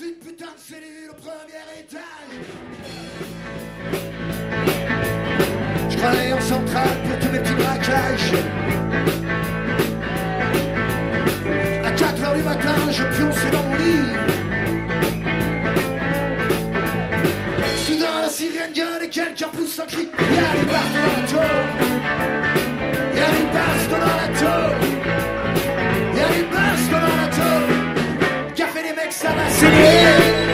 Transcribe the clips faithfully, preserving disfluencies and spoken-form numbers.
une putain de cellule au premier étage. Je travaille en centrale pour tous mes petits braquages. À quatre heures du matin, je pionçais dans mon lit. Soudain, la sirène gueule et quelqu'un pousse un cri. Y'a des bastos dans la tôle. Y'a des bastos dans la tôle. Y'a des bastos dans la tôle. Café les mecs, ça va saigner.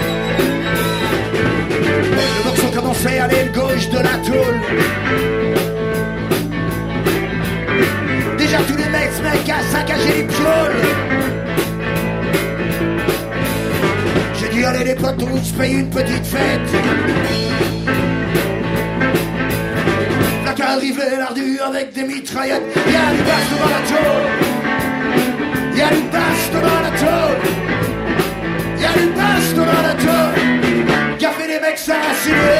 Le morceau commençait à l'aile gauche de la tôle. Déjà tous les mecs se mettent à saccager les pioles. J'ai dit allez les potes, on se paye une petite fête. La arrivée l'ardu avec des mitraillettes. Y'a du baston dans la tôle. Y'a du baston dans la tôle. Y'a du baston dans la tôle. Café les mecs ça a signé.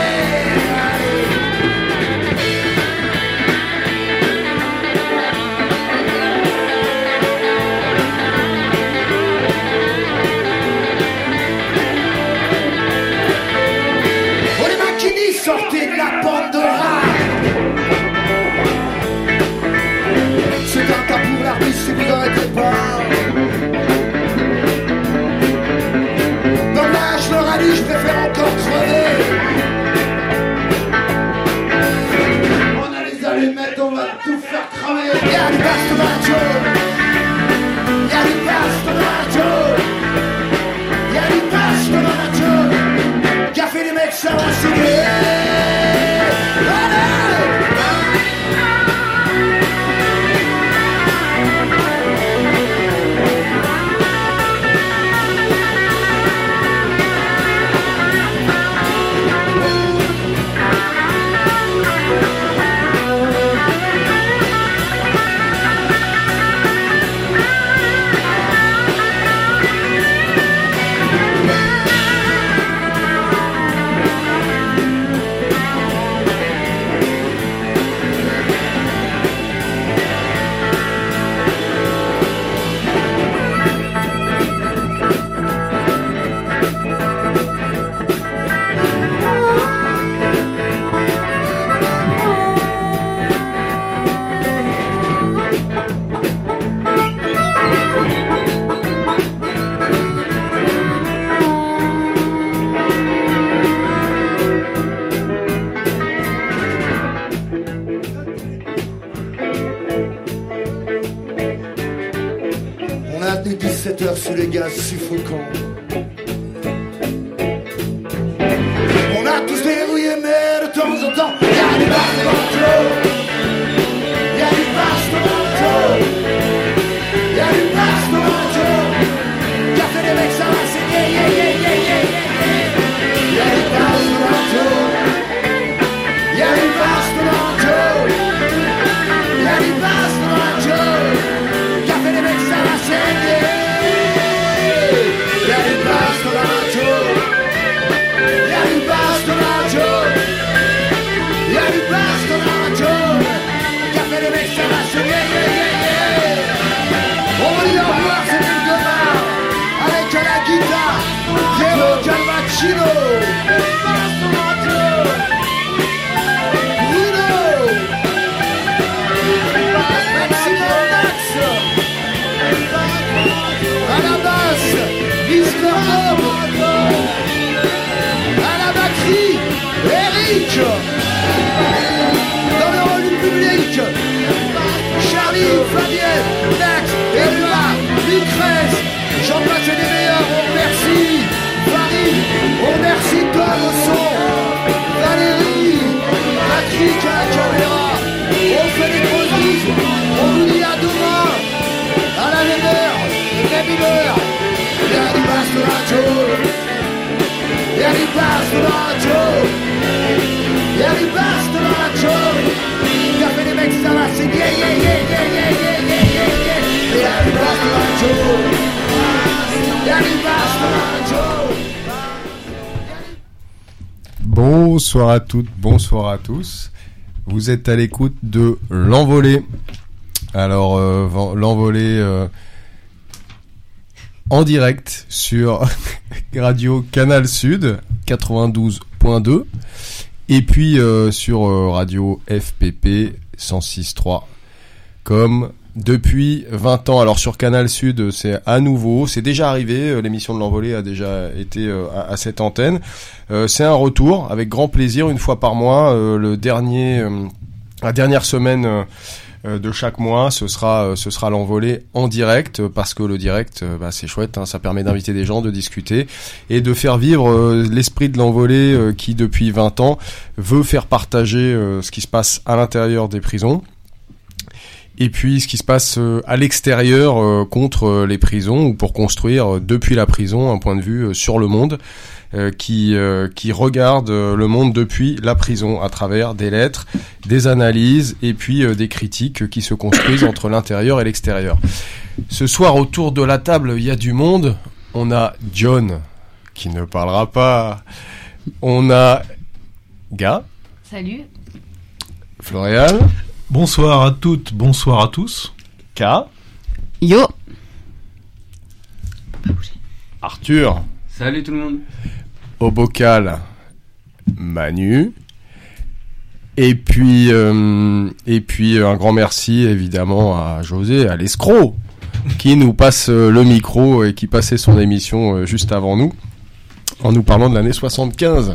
Sortez de la bande de rats. C'est un cas pour l'arbitre si vous n'arrêtez pas. Dans l'âge je leur a dit je préfère encore crever. On a les allumettes, on va tout faire cramer. Y'a du baston dans la tôle. Y'a du baston dans la tôle. Y'a du baston dans la tôle. Café les mecs ça va signer. dix-sept heures sous les gaz suffocants. On a tous verrouillé mais de temps en temps y'a des bastos dans le clos. Y'a des bastos dans le clos. Y'a des bastos dans le clos. Café des mecs ça va saigner. Yeah, yeah, yeah, yeah, yeah, yeah. Y'a des bastos dans le clos. Y'a des bastos dans le clos. Y'a des bastos dans le clos. Café des mecs ça va saigner. Y'a du baston dans la tôle. Y'a du baston dans la tôle. Y'a du baston dans la tôle. Café les mecs ça va saigner. Yeah, yeah, yeah. On va lui en voir c'est une gueule avec la guitare Piero Calvacino. Baston dans la tôle. Bruno Maximo Max. À la basse Mister Bob. À la batterie Eric. Dans le rôle du public Charlie, Fabienne, Dax, Edouard, Lucrèce. J'en passe des meilleurs. On remercie Paris. On remercie Tom au son. Valérie, Patrick à la caméra. On fait des gros bisous. On vous dit à demain. À la même heure, même une heure. Y'a du baston dans la tôle. Y'a du baston dans la tôle. Y'a du baston dans la tôle. Café les mecs ça va saigner. Yeah, yeah, yeah, yeah, yeah, yeah, yeah, yeah. Y'a du baston dans la tôle. Y'a du baston dans la tôle. Bonsoir à toutes, bonsoir à tous. Vous êtes à l'écoute de L'Envolée. Alors, euh, L'Envolée... Euh, en direct sur radio Canal Sud quatre-vingt-douze point deux et puis euh, sur euh, radio F P P cent six virgule trois comme depuis vingt ans. Alors sur Canal Sud, c'est à nouveau, c'est déjà arrivé, l'émission de l'Envolée a déjà été euh, à, à cette antenne. Euh, c'est un retour avec grand plaisir une fois par mois. Euh, le dernier, euh, la dernière semaine euh, de chaque mois, ce sera, euh, ce sera l'Envolée en direct parce que le direct, euh, bah, c'est chouette, hein, ça permet d'inviter des gens, de discuter et de faire vivre euh, l'esprit de l'Envolée euh, qui depuis vingt ans veut faire partager euh, ce qui se passe à l'intérieur des prisons. Et puis ce qui se passe à l'extérieur euh, contre euh, les prisons ou pour construire euh, depuis la prison un point de vue euh, sur le monde euh, qui euh, qui regarde euh, le monde depuis la prison à travers des lettres, des analyses et puis euh, des critiques qui se construisent entre l'intérieur et l'extérieur. Ce soir autour de la table, il y a du monde. On a John qui ne parlera pas. On a Ga. Salut. Florian. Bonsoir à toutes, bonsoir à tous. K. Yo. Arthur. Salut tout le monde. Au bocal, Manu. Et puis, euh, et puis un grand merci évidemment à José, à l'escroc, qui nous passe le micro et qui passait son émission juste avant nous, en nous parlant de l'année soixante-quinze.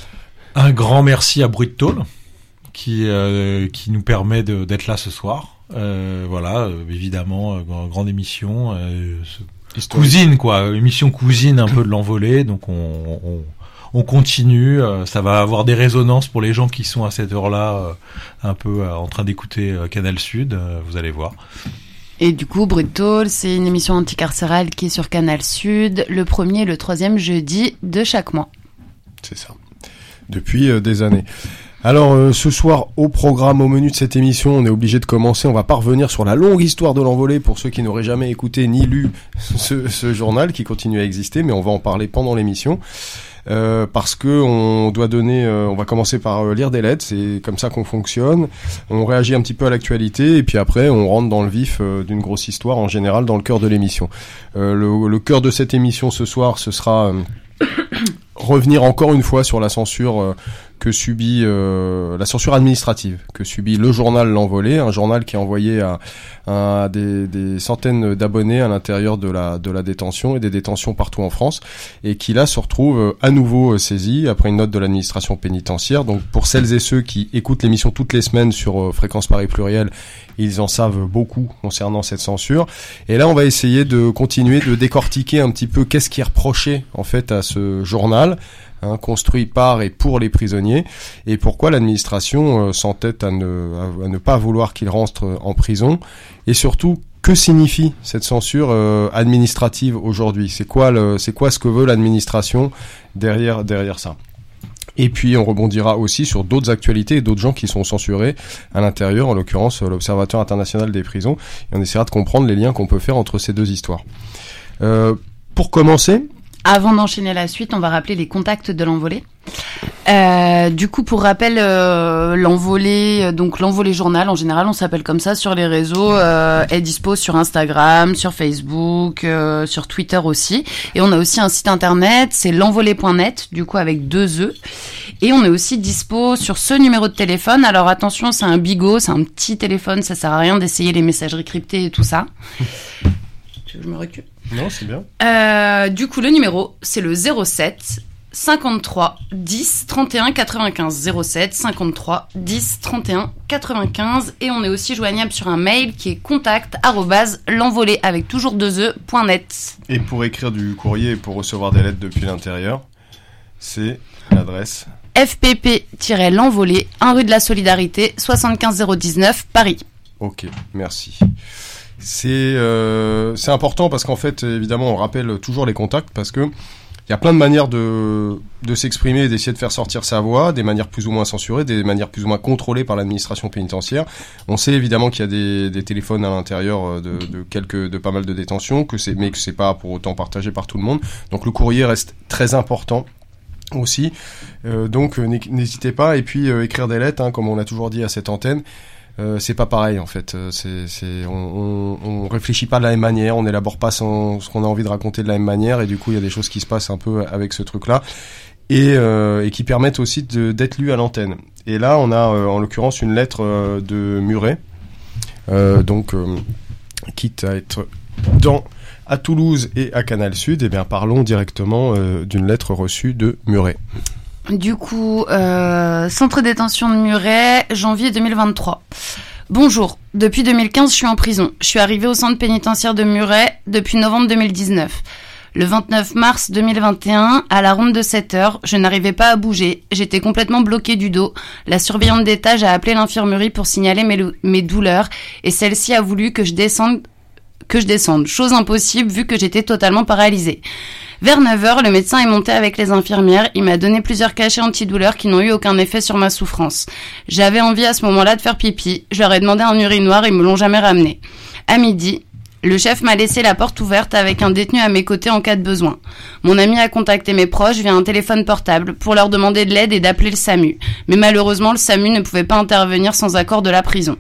Un grand merci à Bruit de Tôle. Qui, euh, qui nous permet de, d'être là ce soir. Euh, voilà, euh, évidemment, euh, grande émission. Euh, cousine, quoi. Émission cousine un peu de l'Envolée. Donc, on, on, on continue. Euh, ça va avoir des résonances pour les gens qui sont à cette heure-là euh, un peu euh, en train d'écouter euh, Canal Sud. Euh, vous allez voir. Et du coup, Bruit de Tôle, c'est une émission anticarcérale qui est sur Canal Sud, le premier et le troisième jeudi de chaque mois. C'est ça. Depuis euh, des années. Alors euh, ce soir au programme, au menu de cette émission, on est obligé de commencer, on va pas revenir sur la longue histoire de l'Envolée pour ceux qui n'auraient jamais écouté ni lu ce, ce journal qui continue à exister, mais on va en parler pendant l'émission. Euh, parce que on doit donner, euh, on va commencer par euh, lire des lettres, c'est comme ça qu'on fonctionne. On réagit un petit peu à l'actualité et puis après on rentre dans le vif euh, d'une grosse histoire en général dans le cœur de l'émission. Euh, le, le cœur de cette émission ce soir, ce sera euh, revenir encore une fois sur la censure euh, que subit euh, la censure administrative que subit le journal L'Envolée, un journal qui est envoyé à, à des, des centaines d'abonnés à l'intérieur de la de la détention et des détentions partout en France et qui là se retrouve à nouveau saisi après une note de l'administration pénitentiaire. Donc pour celles et ceux qui écoutent l'émission toutes les semaines sur euh, Fréquence Paris Pluriel, ils en savent beaucoup concernant cette censure. Et là on va essayer de continuer de décortiquer un petit peu qu'est-ce qui est reproché en fait à ce journal. Hein, construit par et pour les prisonniers, et pourquoi l'administration euh, s'entête à ne, à, à ne pas vouloir qu'ils rentrent en prison, et surtout, que signifie cette censure euh, administrative aujourd'hui ? C'est quoi, le, c'est quoi ce que veut l'administration derrière, derrière ça ? Et puis on rebondira aussi sur d'autres actualités et d'autres gens qui sont censurés à l'intérieur, en l'occurrence l'Observatoire international des prisons, et on essaiera de comprendre les liens qu'on peut faire entre ces deux histoires. Euh, pour commencer... Avant d'enchaîner la suite, on va rappeler les contacts de l'Envolée. Euh, du coup, pour rappel, euh, l'Envolée, donc l'Envolée Journal, en général, on s'appelle comme ça sur les réseaux, euh, est dispo sur Instagram, sur Facebook, euh, sur Twitter aussi. Et on a aussi un site internet, c'est l'envolée point net, du coup avec deux E. Et on est aussi dispo sur ce numéro de téléphone. Alors attention, c'est un bigot, c'est un petit téléphone, ça sert à rien d'essayer les messageries cryptées et tout ça. Tu veux que je me recule ? Non, c'est bien. Euh, du coup, le numéro, c'est le zéro sept cinquante-trois dix trente et un quatre-vingt-quinze. zéro sept cinquante-trois dix trente et un quatre-vingt-quinze. Et on est aussi joignable sur un mail qui est contact arobase l'envolée avec toujours deux e point net. Et pour écrire du courrier et pour recevoir des lettres depuis l'intérieur, c'est l'adresse F P P-l'envolée, un rue de la Solidarité, soixante-quinze zéro dix-neuf, Paris. Ok, merci. C'est euh, c'est important parce qu'en fait, évidemment, on rappelle toujours les contacts parce que il y a plein de manières de de s'exprimer et d'essayer de faire sortir sa voix, des manières plus ou moins censurées, des manières plus ou moins contrôlées par l'administration pénitentiaire. On sait évidemment qu'il y a des des téléphones à l'intérieur de de quelques de pas mal de détentions, que c'est mais que c'est pas pour autant partagé par tout le monde. Donc le courrier reste très important aussi. Euh, donc n'hésitez pas et puis euh, écrire des lettres, hein, comme on a toujours dit à cette antenne. Euh, c'est pas pareil en fait. C'est, c'est, on, on, on réfléchit pas de la même manière, on élabore pas son, ce qu'on a envie de raconter de la même manière, et du coup il y a des choses qui se passent un peu avec ce truc-là, et, euh, et qui permettent aussi de, d'être lues à l'antenne. Et là, on a euh, en l'occurrence une lettre euh, de Muret, euh, donc euh, quitte à être dans à Toulouse et à Canal Sud, et bien parlons directement euh, d'une lettre reçue de Muret. Du coup, euh, centre de détention de Muret, janvier deux mille vingt-trois. Bonjour, depuis deux mille quinze, je suis en prison. Je suis arrivée au centre pénitentiaire de Muret depuis novembre deux mille dix-neuf. Le vingt-neuf mars deux mille vingt et un, à la ronde de sept heures, je n'arrivais pas à bouger. J'étais complètement bloquée du dos. La surveillante d'étage a appelé l'infirmerie pour signaler mes, mes douleurs, et celle-ci a voulu que je descende, que je descende. Chose impossible vu que j'étais totalement paralysée. Vers neuf heures, le médecin est monté avec les infirmières. Il m'a donné plusieurs cachets antidouleurs qui n'ont eu aucun effet sur ma souffrance. J'avais envie à ce moment-là de faire pipi. Je leur ai demandé un urinoir, ils me l'ont jamais ramené. À midi, le chef m'a laissé la porte ouverte avec un détenu à mes côtés en cas de besoin. Mon ami a contacté mes proches via un téléphone portable pour leur demander de l'aide et d'appeler le SAMU. Mais malheureusement, le SAMU ne pouvait pas intervenir sans accord de la prison.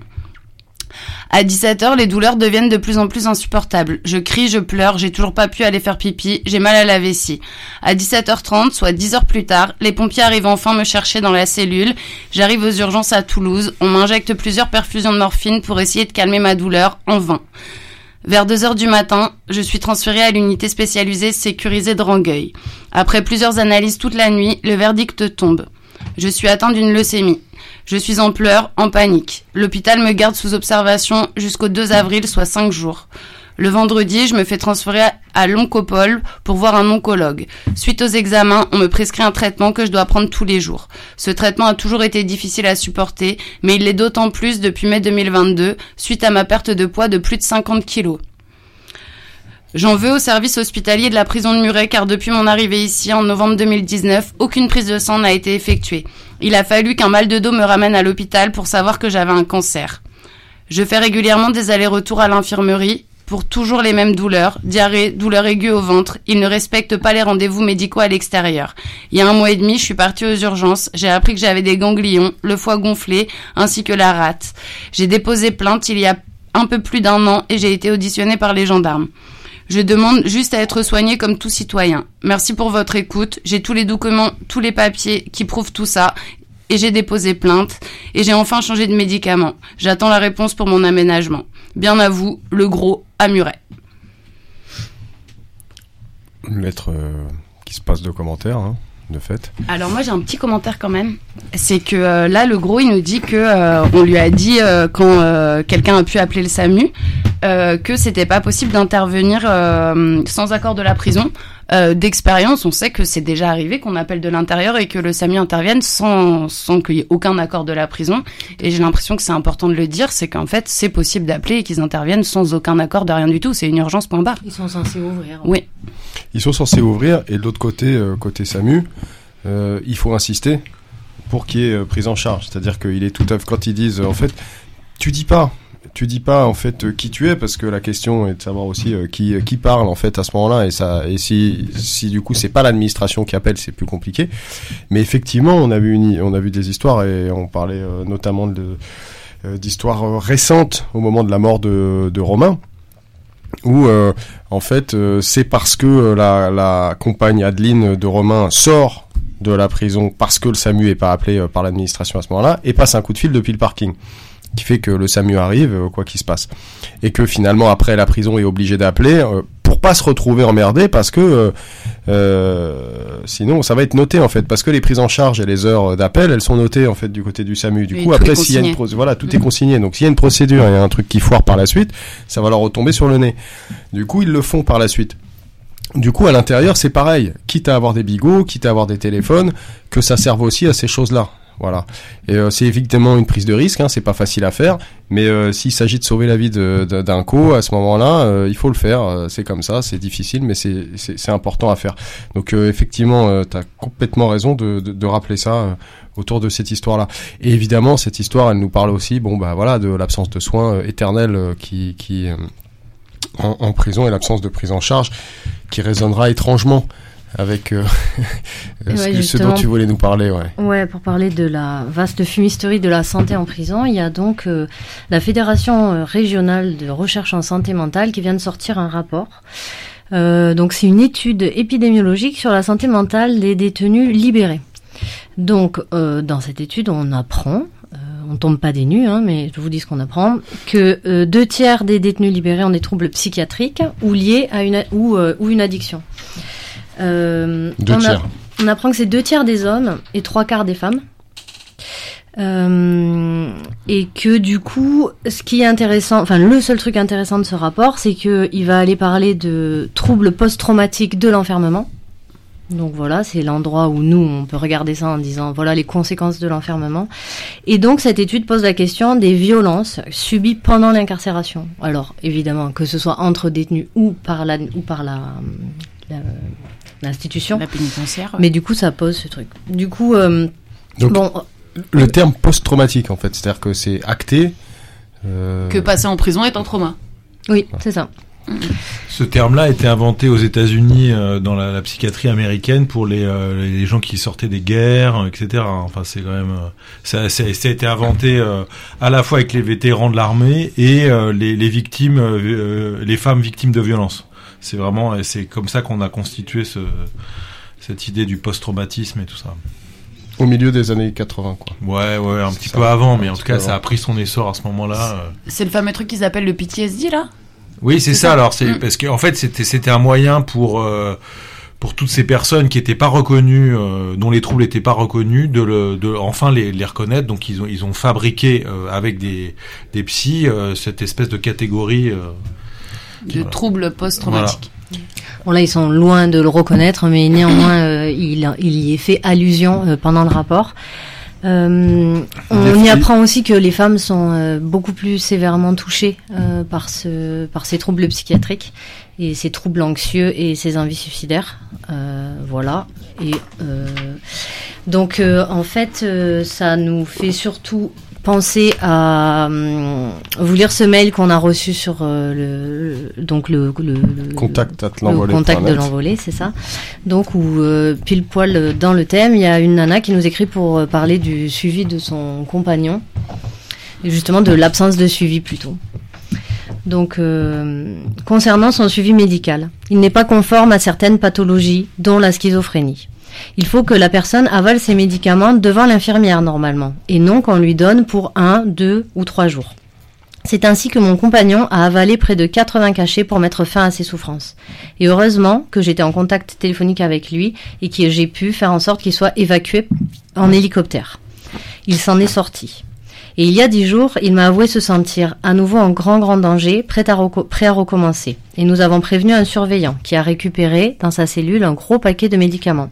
À dix-sept heures, les douleurs deviennent de plus en plus insupportables. Je crie, je pleure, j'ai toujours pas pu aller faire pipi, j'ai mal à la vessie. À dix-sept heures trente, soit dix heures plus tard, les pompiers arrivent enfin me chercher dans la cellule. J'arrive aux urgences à Toulouse. On m'injecte plusieurs perfusions de morphine pour essayer de calmer ma douleur, en vain. Vers deux heures du matin, je suis transférée à l'unité spécialisée sécurisée de Rangueil. Après plusieurs analyses toute la nuit, le verdict tombe. Je suis atteinte d'une leucémie. Je suis en pleurs, en panique. L'hôpital me garde sous observation jusqu'au deux avril, soit cinq jours. Le vendredi, je me fais transférer à l'oncopole pour voir un oncologue. Suite aux examens, on me prescrit un traitement que je dois prendre tous les jours. Ce traitement a toujours été difficile à supporter, mais il l'est d'autant plus depuis mai deux mille vingt-deux, suite à ma perte de poids de plus de cinquante kilos. J'en veux au service hospitalier de la prison de Muret, car depuis mon arrivée ici en novembre deux mille dix-neuf, aucune prise de sang n'a été effectuée. Il a fallu qu'un mal de dos me ramène à l'hôpital pour savoir que j'avais un cancer. Je fais régulièrement des allers-retours à l'infirmerie pour toujours les mêmes douleurs, diarrhée, douleur aiguë au ventre. Ils ne respectent pas les rendez-vous médicaux à l'extérieur. Il y a un mois et demi, je suis partie aux urgences. J'ai appris que j'avais des ganglions, le foie gonflé, ainsi que la rate. J'ai déposé plainte il y a un peu plus d'un an et j'ai été auditionnée par les gendarmes. Je demande juste à être soignée comme tout citoyen. Merci pour votre écoute. J'ai tous les documents, tous les papiers qui prouvent tout ça. Et j'ai déposé plainte. Et j'ai enfin changé de médicament. J'attends la réponse pour mon aménagement. Bien à vous, le gros à Muret. Une lettre euh, qui se passe de commentaires, hein, de fait. Alors moi j'ai un petit commentaire quand même. C'est que euh, là le gros il nous dit que euh, on lui a dit euh, quand euh, quelqu'un a pu appeler le SAMU euh, que c'était pas possible d'intervenir euh, sans accord de la prison. Euh, d'expérience, on sait que c'est déjà arrivé qu'on appelle de l'intérieur et que le SAMU intervienne sans, sans qu'il y ait aucun accord de la prison. Et j'ai l'impression que c'est important de le dire, c'est qu'en fait, c'est possible d'appeler et qu'ils interviennent sans aucun accord de rien du tout. C'est une urgence, point barre. Ils sont censés ouvrir. Oui. Ils sont censés ouvrir, et de l'autre côté, euh, côté SAMU, euh, il faut insister pour qu'il y ait euh, prise en charge. C'est-à-dire qu'il est tout à fait, quand ils disent, euh, en fait, tu dis pas, tu dis pas en fait euh, qui tu es, parce que la question est de savoir aussi euh, qui euh, qui parle en fait à ce moment-là, et ça, et si si du coup c'est pas l'administration qui appelle, c'est plus compliqué. Mais effectivement, on a vu une, on a vu des histoires, et on parlait euh, notamment de euh, d'histoires euh, récentes au moment de la mort de de Romain, où euh, en fait euh, c'est parce que euh, la la compagne Adeline de Romain sort de la prison parce que le SAMU est pas appelé euh, par l'administration à ce moment-là, et passe un coup de fil depuis le parking, qui fait que le SAMU arrive, euh, quoi qu'il se passe. Et que finalement, après, la prison est obligée d'appeler euh, pour pas se retrouver emmerdé, parce que euh, euh, sinon, ça va être noté, en fait. Parce que les prises en charge et les heures d'appel, elles sont notées, en fait, du côté du SAMU. Du et coup, après, s'il y a une pro- voilà, tout mmh. est consigné. Donc, s'il y a une procédure et un truc qui foire par la suite, ça va leur retomber sur le nez. Du coup, ils le font par la suite. Du coup, à l'intérieur, c'est pareil. Quitte à avoir des bigots, quitte à avoir des téléphones, que ça serve aussi à ces choses-là. Voilà. Et euh, c'est évidemment une prise de risque, hein, c'est pas facile à faire, mais euh, s'il s'agit de sauver la vie de, de, d'un co, à ce moment-là, euh, il faut le faire. Euh, c'est comme ça, c'est difficile, mais c'est, c'est, c'est important à faire. Donc euh, effectivement, euh, t'as complètement raison de, de, de rappeler ça euh, autour de cette histoire-là. Et évidemment, cette histoire, elle nous parle aussi, bon bah voilà, de l'absence de soins euh, éternels euh, qui, qui euh, en, en prison, et l'absence de prise en charge qui résonnera étrangement. avec euh, Ouais, ce, que- ce justement. dont tu voulais nous parler, ouais. Ouais, pour parler de la vaste fumisterie de la santé en prison, il y a donc euh, la Fédération euh, régionale de recherche en santé mentale qui vient de sortir un rapport. Euh, donc c'est une étude épidémiologique sur la santé mentale des détenus libérés. Donc euh, dans cette étude, on apprend, euh, on tombe pas des nues, hein, mais je vous dis ce qu'on apprend, que euh, deux tiers des détenus libérés ont des troubles psychiatriques ou liés à une ou euh, ou une addiction. Euh, Deux on a- tiers. On apprend que c'est deux tiers des hommes et trois quarts des femmes. Euh, et que du coup, ce qui est intéressant, enfin le seul truc intéressant de ce rapport, c'est que il va aller parler de troubles post-traumatiques de l'enfermement. Donc voilà, c'est l'endroit où nous, on peut regarder ça en disant voilà les conséquences de l'enfermement. Et donc cette étude pose la question des violences subies pendant l'incarcération. Alors évidemment, que ce soit entre détenus ou par la ou par la, la l'institution. La pénitentiaire. Ouais. Mais du coup, ça pose ce truc. Du coup, euh, Donc, bon, le terme post-traumatique, en fait, c'est-à-dire que c'est acté. euh, Que passer en prison est un trauma. oui, c'est ça. Ce terme-là a été inventé aux États-Unis euh, dans la, la psychiatrie américaine pour les, euh, les gens qui sortaient des guerres, euh, et cetera. Enfin, c'est quand même euh, ça, ça, ça a été inventé euh, à la fois avec les vétérans de l'armée et euh, les, les victimes, euh, les femmes victimes de violences. C'est vraiment, et c'est comme ça qu'on a constitué ce, cette idée du post-traumatisme et tout ça. Au milieu des années quatre-vingts, quoi. Ouais, ouais, un petit Ça, peu avant, mais un en petit tout peu cas, ça avant. a pris son essor à ce moment-là. euh. C'est le fameux truc qu'ils appellent le P T S D, là? Oui, c'est C'est ça. ça. Alors, c'est Mm. parce qu'en fait, c'était c'était un moyen pour euh, pour toutes ces personnes qui étaient pas reconnues, euh, dont les troubles étaient pas reconnus, de le de enfin les les reconnaître. Donc ils ont ils ont fabriqué euh, avec des des psys euh, cette espèce de catégorie. Euh, De Voilà. troubles post-traumatiques. Bon là, ils sont loin de le reconnaître, mais néanmoins, euh, il, il y est fait allusion euh, pendant le rapport. Euh, on y apprend aussi que les femmes sont euh, beaucoup plus sévèrement touchées euh, par ce par ces troubles psychiatriques et ces troubles anxieux et ces envies suicidaires. Euh, voilà. Et euh, donc euh, en fait, euh, ça nous fait surtout penser à hum, vous lire ce mail qu'on a reçu sur euh, le, le donc le, le, le Contact at le l'envolée. contact de l'envolée, c'est ça. Donc où euh, pile poil euh, dans le thème, il y a une nana qui nous écrit pour euh, parler du suivi de son compagnon et justement de l'absence de suivi plutôt. Donc euh, concernant son suivi médical, il n'est pas conforme à certaines pathologies dont la schizophrénie. Il faut que la personne avale ses médicaments devant l'infirmière normalement, et non qu'on lui donne pour un, deux ou trois jours. C'est ainsi que mon compagnon a avalé près de quatre-vingts cachets pour mettre fin à ses souffrances. Et heureusement que j'étais en contact téléphonique avec lui et que j'ai pu faire en sorte qu'il soit évacué en hélicoptère. Il s'en est sorti. Et il y a dix jours, il m'a avoué se sentir à nouveau en grand grand danger, prêt à, reco- prêt à recommencer. Et nous avons prévenu un surveillant qui a récupéré dans sa cellule un gros paquet de médicaments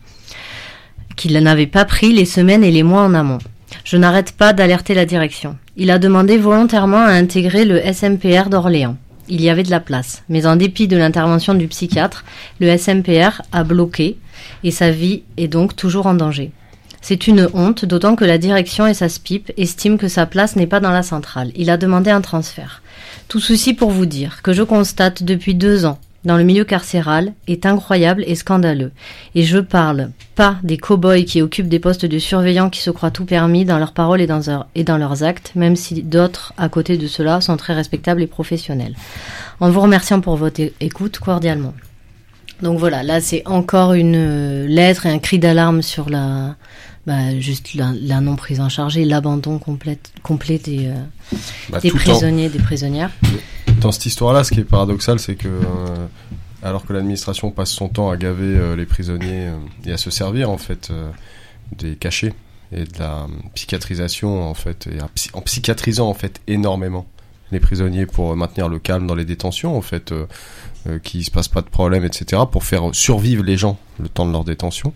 qu'il n'avait pas pris les semaines et les mois en amont. Je n'arrête pas d'alerter la direction. Il a demandé volontairement à intégrer le S M P R d'Orléans. Il y avait de la place, mais en dépit de l'intervention du psychiatre, le S M P R a bloqué et sa vie est donc toujours en danger. C'est une honte, d'autant que la direction et sa S P I P estiment que sa place n'est pas dans la centrale. Il a demandé un transfert. Tout ceci pour vous dire que je constate depuis deux ans dans le milieu carcéral est incroyable et scandaleux. Et je parle pas des cow-boys qui occupent des postes de surveillants qui se croient tout permis dans leurs paroles et dans, leur, et dans leurs actes, même si d'autres, à côté de cela, sont très respectables et professionnels. En vous remerciant pour votre é- écoute cordialement. Donc voilà, là c'est encore une euh, lettre et un cri d'alarme sur la, bah, juste la, la non prise en charge et l'abandon complète, complet des, euh, Bah, des tout en- prisonniers, des prisonnières. Dans cette histoire-là, ce qui est paradoxal, c'est que, euh, alors que l'administration passe son temps à gaver euh, les prisonniers euh, et à se servir, en fait, euh, des cachets et de la euh, psychiatrisation, en fait, et à psy- en psychiatrisant, en fait, énormément les prisonniers pour maintenir le calme dans les détentions, en fait, euh, euh, qu'il se passe pas de problème, et cetera, pour faire survivre les gens le temps de leur détention.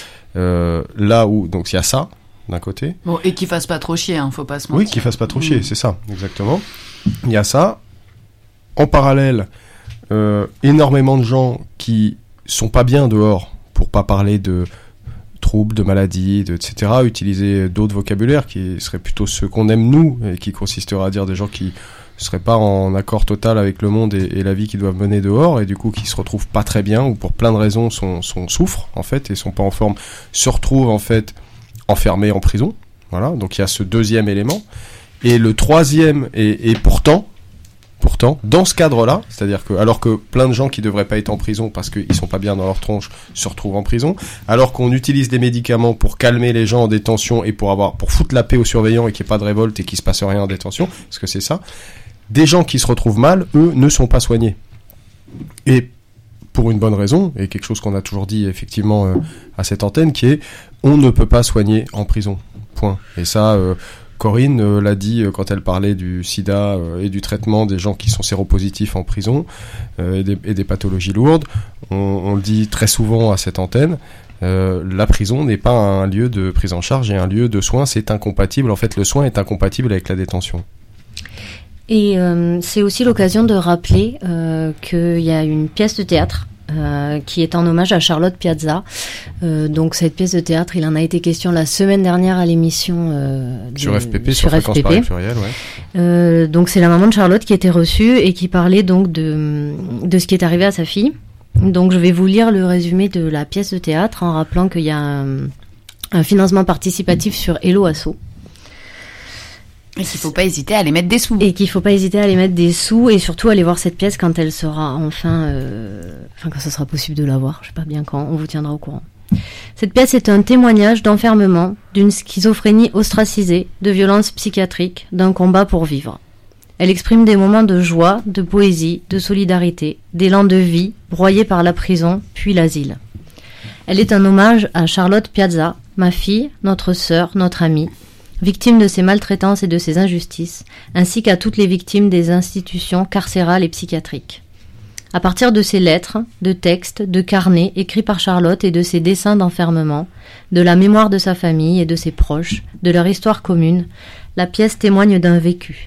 Euh, là où, donc, il y a ça, d'un côté. Bon, et qu'ils fassent pas trop chier, hein, faut pas se mentir. Oui, qu'ils fassent pas trop chier, Mm. c'est ça, exactement. Il y a ça. En parallèle, euh, énormément de gens qui sont pas bien dehors, pour pas parler de troubles, de maladies, de, et cetera, utiliser d'autres vocabulaires qui seraient plutôt ceux qu'on aime nous, et qui consisteraient à dire des gens qui seraient pas en accord total avec le monde et, et la vie qu'ils doivent mener dehors, et du coup qui se retrouvent pas très bien ou pour plein de raisons sont, sont souffrent en fait et sont pas en forme, se retrouvent en fait enfermés en prison. Voilà, donc il y a ce deuxième élément. Et le troisième, et, et pourtant, pourtant, dans ce cadre-là, c'est-à-dire que, alors que plein de gens qui devraient pas être en prison parce qu'ils sont pas bien dans leur tronche se retrouvent en prison, alors qu'on utilise des médicaments pour calmer les gens en détention et pour avoir, pour foutre la paix aux surveillants et qu'il n'y ait pas de révolte et qu'il se passe rien en détention, parce que c'est ça, des gens qui se retrouvent mal, eux, ne sont pas soignés. Et pour une bonne raison, et quelque chose qu'on a toujours dit effectivement euh, à cette antenne, qui est, on ne peut pas soigner en prison. Point. Et ça, euh, Corinne euh, l'a dit euh, quand elle parlait du sida euh, et du traitement des gens qui sont séropositifs en prison euh, et, des, et des pathologies lourdes. On, on le dit très souvent à cette antenne. Euh, la prison n'est pas un lieu de prise en charge et un lieu de soins. C'est incompatible. En fait, le soin est incompatible avec la détention. Et euh, c'est aussi l'occasion de rappeler euh, qu'il y a une pièce de théâtre Euh, qui est en hommage à Charlotte Piazza. Euh, donc cette pièce de théâtre, il en a été question la semaine dernière à l'émission euh, de, sur F P P, sur, sur F P P. Fréquence Paris Pluriel, ouais. Euh, donc c'est la maman de Charlotte qui était reçue et qui parlait donc de de ce qui est arrivé à sa fille. Donc je vais vous lire le résumé de la pièce de théâtre en rappelant qu'il y a un, un financement participatif sur Hello Asso. Et qu'il faut pas hésiter à aller mettre des sous. Et qu'il faut pas hésiter à aller mettre des sous et surtout aller voir cette pièce quand elle sera enfin, euh, enfin quand ce sera possible de la voir. Je sais pas bien quand, on vous tiendra au courant. Cette pièce est un témoignage d'enfermement, d'une schizophrénie ostracisée, de violence psychiatrique, d'un combat pour vivre. Elle exprime des moments de joie, de poésie, de solidarité, d'élan de vie, broyés par la prison, puis l'asile. Elle est un hommage à Charlotte Piazza, ma fille, notre sœur, notre amie, victime de ces maltraitances et de ces injustices, ainsi qu'à toutes les victimes des institutions carcérales et psychiatriques. À partir de ces lettres, de textes, de carnets écrits par Charlotte et de ses dessins d'enfermement, de la mémoire de sa famille et de ses proches, de leur histoire commune, la pièce témoigne d'un vécu.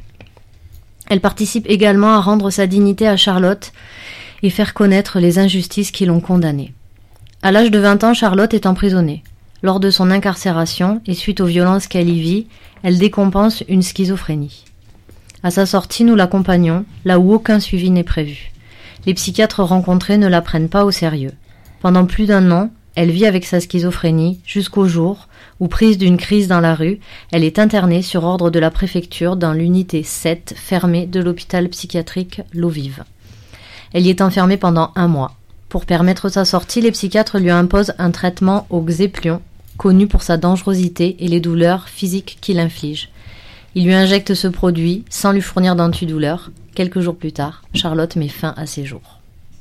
Elle participe également à rendre sa dignité à Charlotte et faire connaître les injustices qui l'ont condamnée. À l'âge de vingt ans, Charlotte est emprisonnée. Lors de son incarcération et suite aux violences qu'elle y vit, elle décompense une schizophrénie. À sa sortie, nous l'accompagnons, là où aucun suivi n'est prévu. Les psychiatres rencontrés ne la prennent pas au sérieux. Pendant plus d'un an, elle vit avec sa schizophrénie jusqu'au jour où, prise d'une crise dans la rue, elle est internée sur ordre de la préfecture dans l'unité sept fermée de l'hôpital psychiatrique L'Eau Vive. Elle y est enfermée pendant un mois. Pour permettre sa sortie, les psychiatres lui imposent un traitement au Xéplion, connu pour sa dangerosité et les douleurs physiques qu'il inflige. Ils lui injectent ce produit sans lui fournir d'antidouleur. Quelques jours plus tard, Charlotte met fin à ses jours.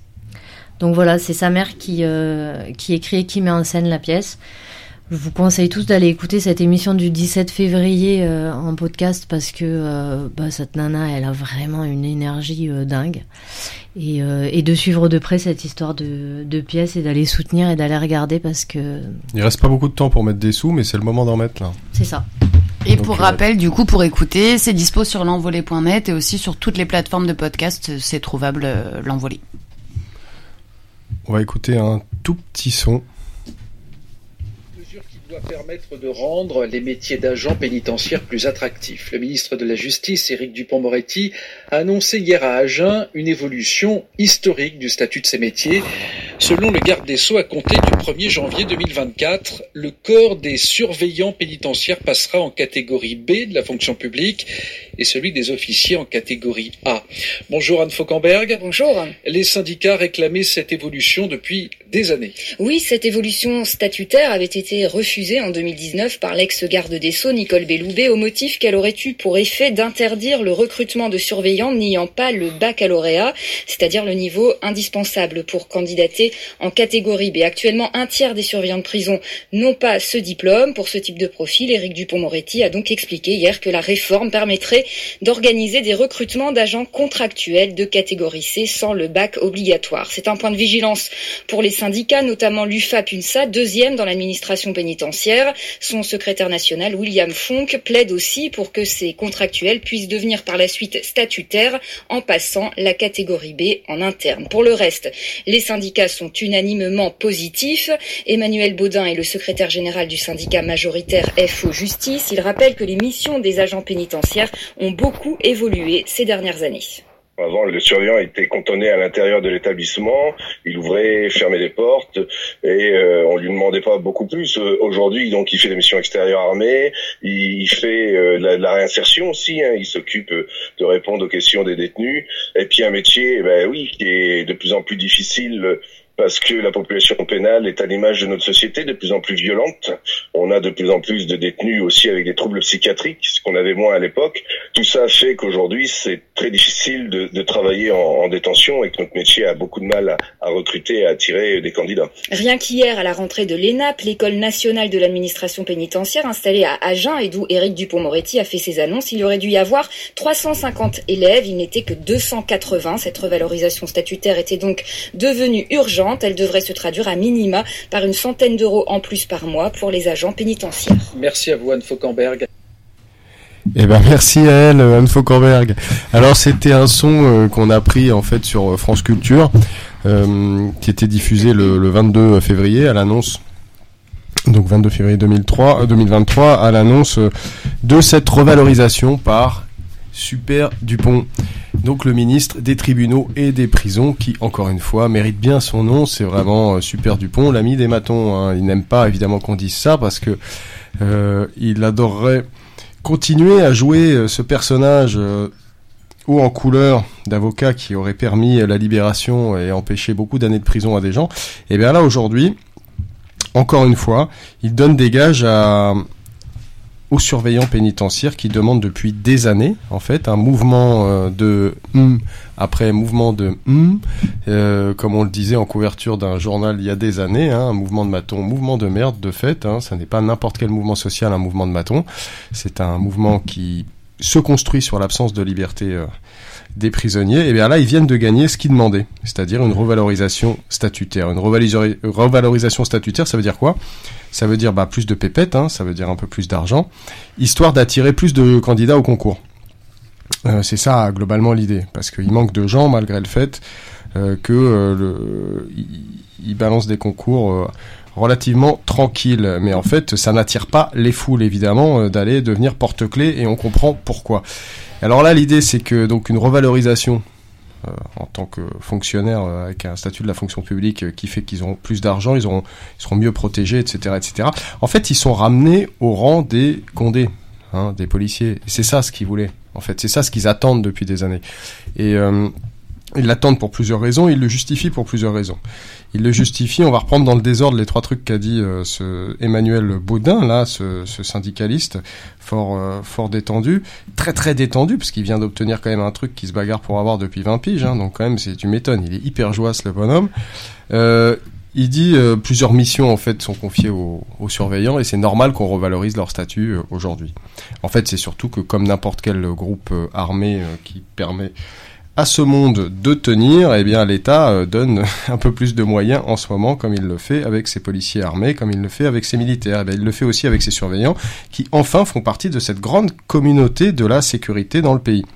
Donc voilà, c'est sa mère qui, euh, qui écrit et qui met en scène la pièce. Je vous conseille tous d'aller écouter cette émission du dix-sept février euh, en podcast parce que euh, bah, cette nana, elle a vraiment une énergie euh, dingue. Et, euh, et de suivre de près cette histoire de, de pièce et d'aller soutenir et d'aller regarder parce que... Il reste pas beaucoup de temps pour mettre des sous, mais c'est le moment d'en mettre là. C'est ça. Et Donc, pour euh... rappel, du coup, pour écouter, c'est dispo sur l'envolée point net et aussi sur toutes les plateformes de podcast, c'est trouvable euh, l'envolée. On va écouter un tout petit son. Doit permettre de rendre les métiers d'agents pénitentiaires plus attractifs. Le ministre de la Justice, Éric Dupond-Moretti, a annoncé hier à Agen une évolution historique du statut de ces métiers. Selon le garde des Sceaux, à compter du premier janvier deux mille vingt-quatre, le corps des surveillants pénitentiaires passera en catégorie B de la fonction publique et celui des officiers en catégorie A. Bonjour Anne Fauquemberg. Bonjour. Les syndicats réclamaient cette évolution depuis des années. Oui, cette évolution statutaire avait été refusée en deux mille dix-neuf par l'ex-garde des Sceaux, Nicole Belloubet, au motif qu'elle aurait eu pour effet d'interdire le recrutement de surveillants n'ayant pas le baccalauréat, c'est-à-dire le niveau indispensable pour candidater en catégorie B. Actuellement, un tiers des surveillants de prison n'ont pas ce diplôme. Pour ce type de profil, Éric Dupond-Moretti a donc expliqué hier que la réforme permettrait d'organiser des recrutements d'agents contractuels de catégorie C sans le bac obligatoire. C'est un point de vigilance pour les syndicats, notamment l'U F A P UNSA, deuxième dans l'administration pénitentiaire. Son secrétaire national, William Fonck, plaide aussi pour que ces contractuels puissent devenir par la suite statutaires en passant la catégorie B en interne. Pour le reste, les syndicats sont unanimement positifs. Emmanuel Baudin est le secrétaire général du syndicat majoritaire F O Justice. Il rappelle que les missions des agents pénitentiaires ont beaucoup évolué ces dernières années. Avant, le surveillant était cantonné à l'intérieur de l'établissement, il ouvrait, fermait les portes, et euh, on lui demandait pas beaucoup plus. Aujourd'hui, donc, il fait des missions extérieures armées, il, il fait euh, de, la, de la réinsertion aussi, hein, il s'occupe de répondre aux questions des détenus, et puis un métier, ben oui, qui est de plus en plus difficile, parce que la population pénale est à l'image de notre société, de plus en plus violente. On a de plus en plus de détenus aussi avec des troubles psychiatriques, ce qu'on avait moins à l'époque. Tout ça fait qu'aujourd'hui, c'est très difficile de, de travailler en, en détention et que notre métier a beaucoup de mal à, à recruter et à attirer des candidats. Rien qu'hier, à la rentrée de l'E N A P, l'école nationale de l'administration pénitentiaire installée à Agen et d'où Éric Dupond-Moretti a fait ses annonces, il aurait dû y avoir trois cent cinquante élèves, il n'était que deux cent quatre-vingts. Cette revalorisation statutaire était donc devenue urgente. Elle devrait se traduire à minima par une centaine d'euros en plus par mois pour les agents pénitentiaires. Merci à vous, Anne Fauquemberg. Eh ben merci à elle, Anne Fauquemberg. Alors c'était un son euh, qu'on a pris en fait sur France Culture, euh, qui était diffusé le, le vingt-deux février à l'annonce. Donc vingt-deux février deux mille trois, euh, deux mille vingt-trois à l'annonce euh, de cette revalorisation par Super Dupond. Donc le ministre des tribunaux et des prisons qui, encore une fois, mérite bien son nom. C'est vraiment euh, Super Dupond, l'ami des matons. Hein. Il n'aime pas évidemment qu'on dise ça parce que euh, il adorerait continuer à jouer euh, ce personnage euh, haut en couleur d'avocat qui aurait permis euh, la libération et empêché beaucoup d'années de prison à des gens. Et bien là aujourd'hui, encore une fois, il donne des gages à aux surveillants pénitentiaires qui demandent depuis des années, en fait, un mouvement euh, de hum après mouvement de hum, euh, comme on le disait en couverture d'un journal il y a des années, hein, un mouvement de maton, mouvement de merde, de fait, hein, ça n'est pas n'importe quel mouvement social, un mouvement de maton, c'est un mouvement qui se construit sur l'absence de liberté euh, des prisonniers. Et bien là, ils viennent de gagner ce qu'ils demandaient, c'est-à-dire une revalorisation statutaire. Une revalisa- revalorisation statutaire, ça veut dire quoi ? Ça veut dire bah, plus de pépettes, hein, ça veut dire un peu plus d'argent, histoire d'attirer plus de candidats au concours. Euh, c'est ça, globalement, l'idée. Parce qu'il manque de gens, malgré le fait euh, que euh, le, ils balancent des concours euh, relativement tranquilles. Mais en fait, ça n'attire pas les foules, évidemment, euh, d'aller devenir porte-clés, et on comprend pourquoi. Alors là, l'idée, c'est que donc une revalorisation Euh, en tant que fonctionnaire euh, avec un statut de la fonction publique euh, qui fait qu'ils auront plus d'argent, ils, auront, ils seront mieux protégés, et cetera, et cetera. En fait, ils sont ramenés au rang des condés, hein, des policiers. Et c'est ça ce qu'ils voulaient. En fait, c'est ça ce qu'ils attendent depuis des années. Et euh, ils l'attendent pour plusieurs raisons. Ils le justifient pour plusieurs raisons. Ils le justifient. On va reprendre dans le désordre les trois trucs qu'a dit euh, ce Emmanuel Baudin, là, ce, ce syndicaliste fort, euh, fort détendu, très très détendu, parce qu'il vient d'obtenir quand même un truc qu'il se bagarre pour avoir depuis vingt piges. Hein, donc quand même, c'est, tu m'étonnes. Il est hyper joyeux, le bonhomme. Euh, il dit euh, plusieurs missions en fait sont confiées aux, aux surveillants et c'est normal qu'on revalorise leur statut euh, aujourd'hui. En fait, c'est surtout que comme n'importe quel groupe euh, armé euh, qui permet à ce monde de tenir, eh bien l'État euh, donne un peu plus de moyens en ce moment, comme il le fait avec ses policiers armés, comme il le fait avec ses militaires. Eh bien, il le fait aussi avec ses surveillants, qui enfin font partie de cette grande communauté de la sécurité dans le pays.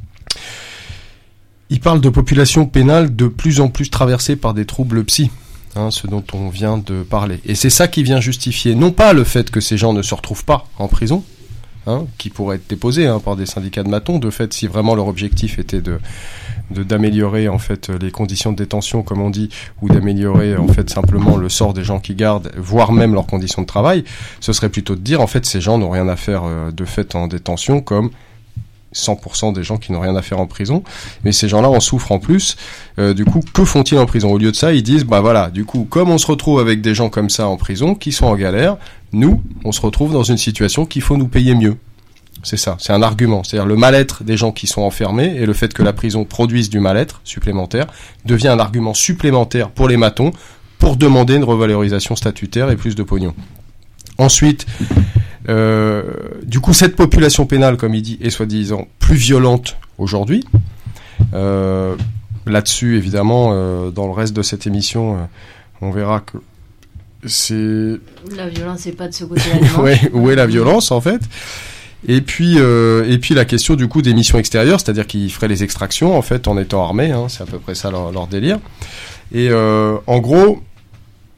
Il parle de population pénale de plus en plus traversée par des troubles psy, hein, ce dont on vient de parler. Et c'est ça qui vient justifier, non pas le fait que ces gens ne se retrouvent pas en prison, Hein, qui pourraient être déposés hein, par des syndicats de matons. De fait, si vraiment leur objectif était de, de d'améliorer en fait les conditions de détention, comme on dit, ou d'améliorer en fait simplement le sort des gens qui gardent, voire même leurs conditions de travail, ce serait plutôt de dire en fait ces gens n'ont rien à faire euh, de fait en détention, comme cent pour cent des gens qui n'ont rien à faire en prison, mais ces gens-là en souffrent en plus. Euh, du coup, que font-ils en prison ? Au lieu de ça, ils disent, bah voilà, du coup, comme on se retrouve avec des gens comme ça en prison, qui sont en galère, nous, on se retrouve dans une situation qu'il faut nous payer mieux. C'est ça, c'est un argument. C'est-à-dire le mal-être des gens qui sont enfermés et le fait que la prison produise du mal-être supplémentaire devient un argument supplémentaire pour les matons pour demander une revalorisation statutaire et plus de pognon. Ensuite, euh, du coup, cette population pénale, comme il dit, est soi-disant plus violente aujourd'hui. Euh, là-dessus, évidemment, euh, dans le reste de cette émission, euh, on verra que c'est... La violence n'est pas de ce côté-là. Ouais, où est la violence, en fait ? Et puis, euh, et puis la question du coup des missions extérieures, c'est-à-dire qu'ils feraient les extractions en fait en étant armés, hein, c'est à peu près ça leur, leur délire. Et euh, en gros,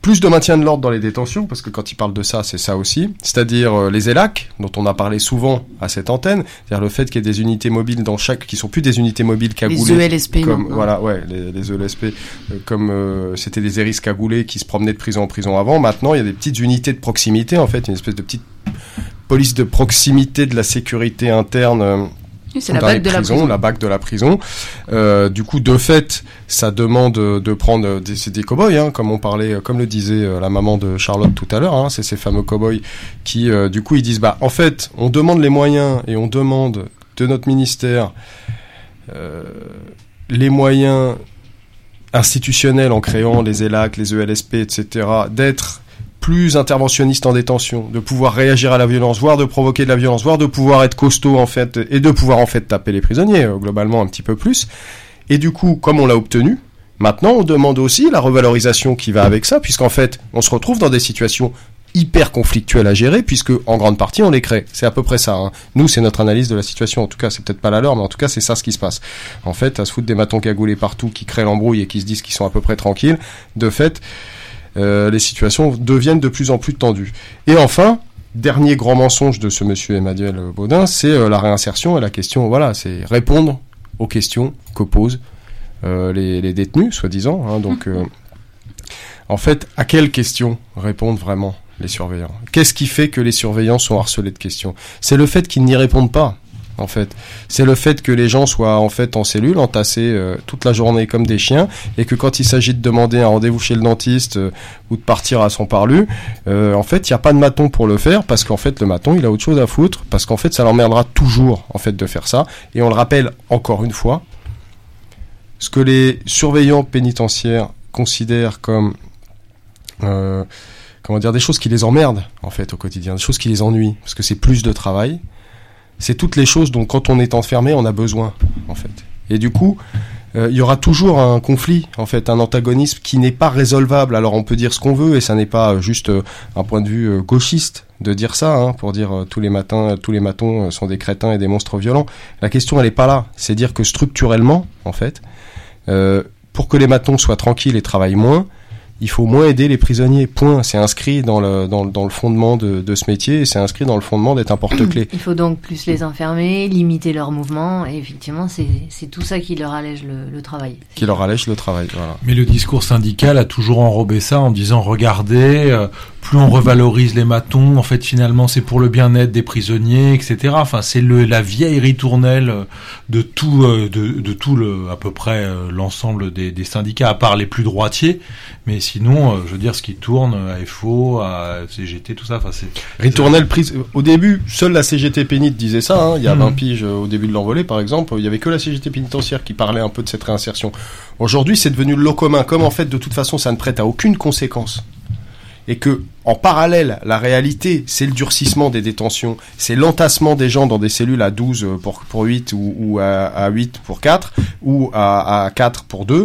plus de maintien de l'ordre dans les détentions, parce que quand il parle de ça, c'est ça aussi, c'est-à-dire euh, les élacs, dont on a parlé souvent à cette antenne, c'est-à-dire le fait qu'il y ait des unités mobiles dans chaque, qui sont plus des unités mobiles cagoulées. Les E L S P, comme, non, voilà, ouais, les, les E L S P, euh, comme euh, c'était des hérisses cagoulés qui se promenaient de prison en prison avant. Maintenant, il y a des petites unités de proximité, en fait, une espèce de petite police de proximité de la sécurité interne. Euh, C'est la dans bague les de la prisons, prison. la bague de la prison. Euh, du coup, de fait, ça demande de prendre des, c'est des cow-boys, hein, comme on parlait, comme le disait la maman de Charlotte tout à l'heure. Hein, c'est ces fameux cow-boys qui, euh, du coup, ils disent, bah, en fait, on demande les moyens et on demande de notre ministère euh, les moyens institutionnels en créant les élacs, les E L S P, et cetera, d'être plus interventionniste en détention, de pouvoir réagir à la violence, voire de provoquer de la violence, voire de pouvoir être costaud en fait, et de pouvoir en fait taper les prisonniers, euh, globalement un petit peu plus. Et du coup, comme on l'a obtenu, maintenant on demande aussi la revalorisation qui va avec ça, puisqu'en fait, on se retrouve dans des situations hyper conflictuelles à gérer, puisque en grande partie on les crée. C'est à peu près ça. Hein. Nous, c'est notre analyse de la situation. En tout cas, c'est peut-être pas la leur, mais en tout cas, c'est ça ce qui se passe. En fait, à se foutre des matons cagoulés partout, qui créent l'embrouille et qui se disent qu'ils sont à peu près tranquilles, de fait, Euh, les situations deviennent de plus en plus tendues. Et enfin, dernier grand mensonge de ce monsieur Emmanuel Baudin, c'est euh, la réinsertion et la question, voilà, c'est répondre aux questions que posent euh, les, les détenus, soi-disant. Hein, donc, euh, en fait, à quelles questions répondent vraiment les surveillants ? Qu'est-ce qui fait que les surveillants sont harcelés de questions ? C'est le fait qu'ils n'y répondent pas. En fait, c'est le fait que les gens soient en fait en cellule, entassés euh, toute la journée comme des chiens, et que quand il s'agit de demander un rendez-vous chez le dentiste euh, ou de partir à son parlu, euh, en fait, il y a pas de maton pour le faire, parce qu'en fait, le maton, il a autre chose à foutre, parce qu'en fait, ça l'emmerdera toujours en fait de faire ça. Et on le rappelle encore une fois, ce que les surveillants pénitentiaires considèrent comme euh, comment dire, des choses qui les emmerdent en fait au quotidien, des choses qui les ennuient, parce que c'est plus de travail. C'est toutes les choses dont, quand on est enfermé, on a besoin, en fait. Et du coup, euh, il y aura toujours un conflit, en fait, un antagonisme qui n'est pas résolvable. Alors, on peut dire ce qu'on veut, et ça n'est pas juste euh, un point de vue euh, gauchiste de dire ça, hein, pour dire euh, tous les matins, tous les matons euh, sont des crétins et des monstres violents. La question, elle est pas là. C'est dire que structurellement, en fait, euh, pour que les matons soient tranquilles et travaillent moins, il faut moins aider les prisonniers, point. C'est inscrit dans le, dans, dans le fondement de, de ce métier, et c'est inscrit dans le fondement d'être un porte-clés. Il faut donc plus les enfermer, limiter leurs mouvements, et effectivement, c'est, c'est tout ça qui leur allège le, le travail. Qui leur allège le travail, voilà. Mais le discours syndical a toujours enrobé ça en disant, regardez, euh, plus on revalorise les matons, en fait, finalement, c'est pour le bien-être des prisonniers, et cetera. Enfin, c'est le, la vieille ritournelle de tout, euh, de, de tout le, à peu près, euh, l'ensemble des, des syndicats, à part les plus droitiers. Mais sinon, euh, je veux dire, ce qui tourne à F O, à C G T, tout ça, enfin, c'est... Ritournelle prise. Au début, seule la C G T Pénit disait ça, hein. Il y a Mmh. vingt piges au début de l'envolée, par exemple. Il y avait que la C G T pénitentiaire qui parlait un peu de cette réinsertion. Aujourd'hui, c'est devenu le lot commun. Comme en fait, de toute façon, ça ne prête à aucune conséquence. Et que, en parallèle, la réalité, c'est le durcissement des détentions, c'est l'entassement des gens dans des cellules à douze pour, pour huit ou, ou à, à huit pour quatre, ou à, à quatre pour deux.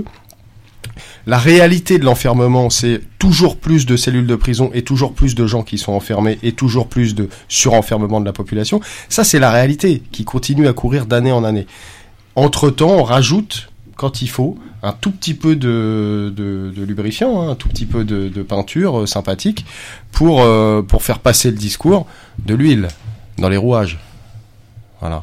La réalité de l'enfermement, c'est toujours plus de cellules de prison et toujours plus de gens qui sont enfermés et toujours plus de surenfermement de la population. Ça, c'est la réalité qui continue à courir d'année en année. Entre-temps, on rajoute, quand il faut, un tout petit peu de, de, de lubrifiant, hein, un tout petit peu de, de peinture euh, sympathique pour, euh, pour faire passer le discours, de l'huile dans les rouages. Voilà.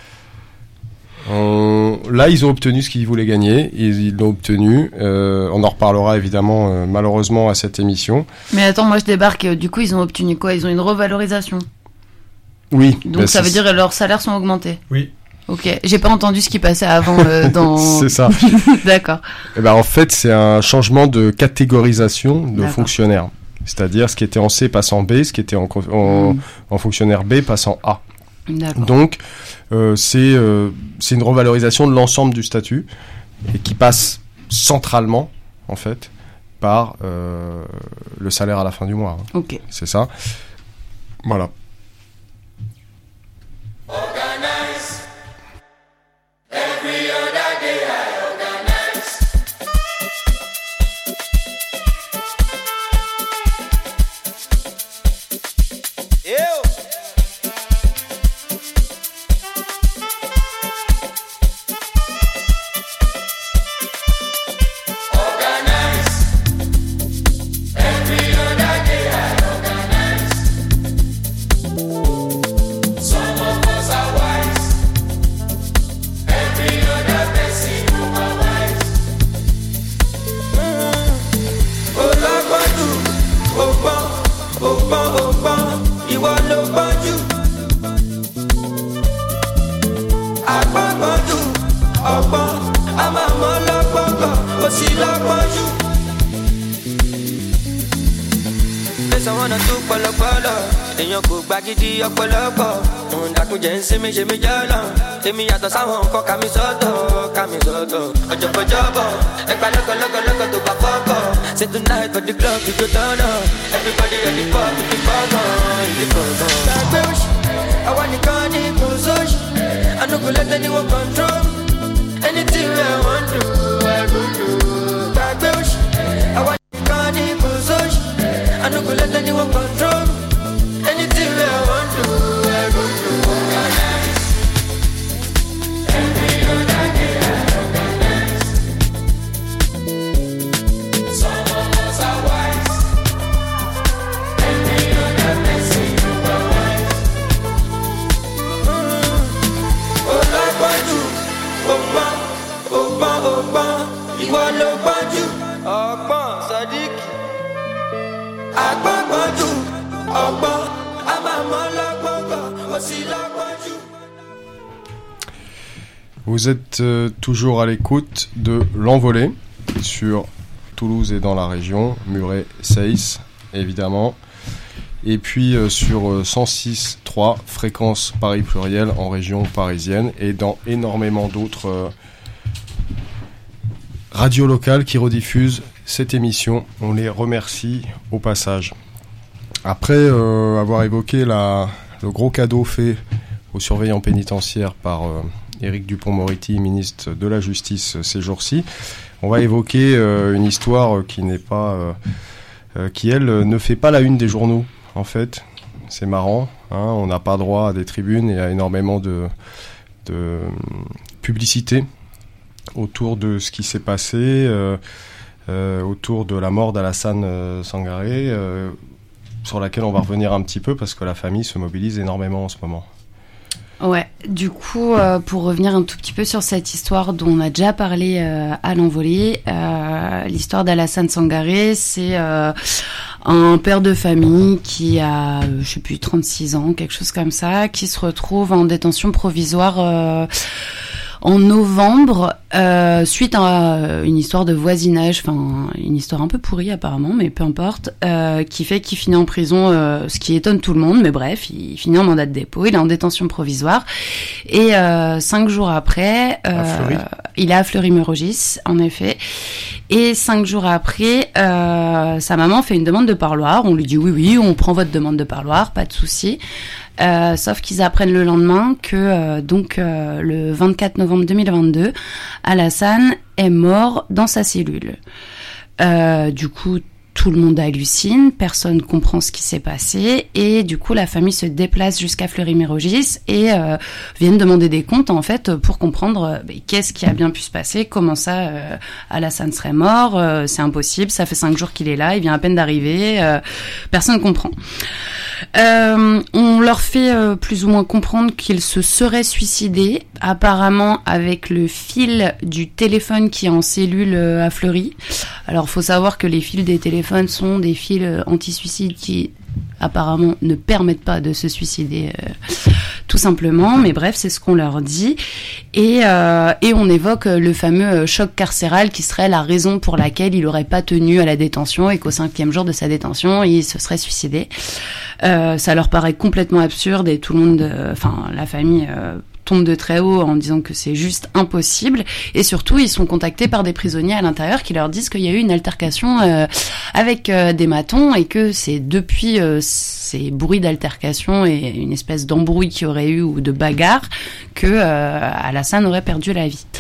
On... Là, ils ont obtenu ce qu'ils voulaient gagner, ils, ils l'ont obtenu. Euh, on en reparlera évidemment, euh, malheureusement, à cette émission. Mais attends, moi je débarque. Du coup, ils ont obtenu quoi ? Ils ont une revalorisation. Oui. Donc bah, ça veut c'est... dire que leurs salaires sont augmentés. Oui. Ok. J'ai pas entendu ce qui passait avant euh, dans. C'est ça. D'accord. Et ben en fait, c'est un changement de catégorisation de D'accord. fonctionnaires. C'est-à-dire, ce qui était en C passe en B, ce qui était en, en, Mm. en fonctionnaire B passe en A. D'accord. Donc, euh, c'est, euh, c'est une revalorisation de l'ensemble du statut et qui passe centralement, en fait, par euh, le salaire à la fin du mois. Hein. Ok. C'est ça. Voilà. Organize. Ogbon, Ogbon, ìwọ ló gbọ́njú. Agbọ́ngbọ́njú, ọgbọ́n, a máa mọ lọ́gbọ́ngbọ́n, ó sì lọ́gbọ́njú. Fẹsẹ̀ wọn náà tún pọ̀lọpọ̀lọ, èèyàn kò gba gidi ọ̀pọ̀lọpọ̀. Òun dàkúnjẹ́ ń sinmi ṣe mí jọ́lọ̀, èmi yàtọ̀ sáwọn nǹkan ká mi sọ́tọ̀, ká mi sọ́tọ̀. Ọ̀jọ̀gbọ̀jọ̀bọ̀, ẹgbà lọ́kọ̀lọ́kọ̀lọ́kọ̀ tó bá fọ́kọ̀. Say tonight for the club, we go turn up. Everybody ready for the big bang on, the bang on. Gbàgbé òṣì, àwa nìkan ní kò sóṣì. I no go let anyone control. Anything I want to, I go do. Gbàgbé òṣì, àwa nìkan ní kò sóṣì. I no go let anyone control. Anything I want to, I go do. Every other day I organize. Some of us are wise. Every other blessing you are wise. Olọ́gbọ́njú, ọgbọ́n, ọgbọ́n, ọgbọ́n, ìwọ ló gbọ́njú. Ọgbọ́n Sàdíkì. Agbọ́ngbọ́njú, ọgbọ́n, a máa mọ lọ́gbọ́ngbọ́n, ó sì lọ́gbọ́njú. Vous êtes euh, toujours à l'écoute de l'Envolée sur Toulouse et dans la région, Muret, Saïs, évidemment. Et puis euh, sur euh, cent six virgule trois, fréquence Paris pluriel en région parisienne et dans énormément d'autres euh, radios locales qui rediffusent cette émission. On les remercie au passage. Après euh, avoir évoqué la, le gros cadeau fait aux surveillants pénitentiaires par euh, Éric Dupond-Moretti, ministre de la Justice ces jours-ci, on va évoquer euh, une histoire qui n'est pas, euh, euh, qui elle ne fait pas la une des journaux. En fait, c'est marrant, hein, on n'a pas droit à des tribunes et à énormément de, de publicité autour de ce qui s'est passé, euh, euh, autour de la mort d'Alassane euh, Sangaré, euh, sur laquelle on va revenir un petit peu parce que la famille se mobilise énormément en ce moment. Ouais, du coup, euh, pour revenir un tout petit peu sur cette histoire dont on a déjà parlé euh, à l'Envolée, euh, l'histoire d'Alassane Sangaré, c'est euh, un père de famille qui a, euh, je sais plus, trente-six ans, quelque chose comme ça, qui se retrouve en détention provisoire euh, en novembre, euh, suite à une histoire de voisinage, enfin une histoire un peu pourrie apparemment, mais peu importe, euh, qui fait qu'il finit en prison, euh, ce qui étonne tout le monde, mais bref, il finit en mandat de dépôt, il est en détention provisoire, et euh, cinq jours après, euh, il est à Fleury-Mérogis, en effet, et cinq jours après, euh, sa maman fait une demande de parloir, on lui dit oui, oui, on prend votre demande de parloir, pas de souci. Euh, sauf qu'ils apprennent le lendemain que euh, donc euh, le vingt-quatre novembre deux mille vingt-deux, Alassane est mort dans sa cellule. Euh, du coup, tout le monde hallucine, personne comprend ce qui s'est passé et du coup la famille se déplace jusqu'à Fleury-Mérogis et euh, viennent demander des comptes en fait pour comprendre euh, bah, qu'est-ce qui a bien pu se passer, comment ça euh, Alassane serait mort, euh, c'est impossible, ça fait cinq jours qu'il est là, il vient à peine d'arriver, euh, personne comprend. Euh, on leur fait euh, plus ou moins comprendre qu'il se serait suicidé, apparemment avec le fil du téléphone qui est en cellule euh, à Fleury. Alors, faut savoir que les fils des téléphones sont des fils euh, anti-suicide qui apparemment ne permettent pas de se suicider euh, tout simplement, mais bref, c'est ce qu'on leur dit. Et, euh, et on évoque le fameux choc carcéral qui serait la raison pour laquelle il n'aurait pas tenu à la détention et qu'au cinquième jour de sa détention, il se serait suicidé. Euh, ça leur paraît complètement absurde et tout le monde, enfin euh, la famille euh, tombe de très haut en disant que c'est juste impossible. Et surtout, ils sont contactés par des prisonniers à l'intérieur qui leur disent qu'il y a eu une altercation euh, avec euh, des matons et que c'est depuis euh, ces bruits d'altercation et une espèce d'embrouille qu'il y aurait eu ou de bagarre que euh, Alassane aurait perdu la vie.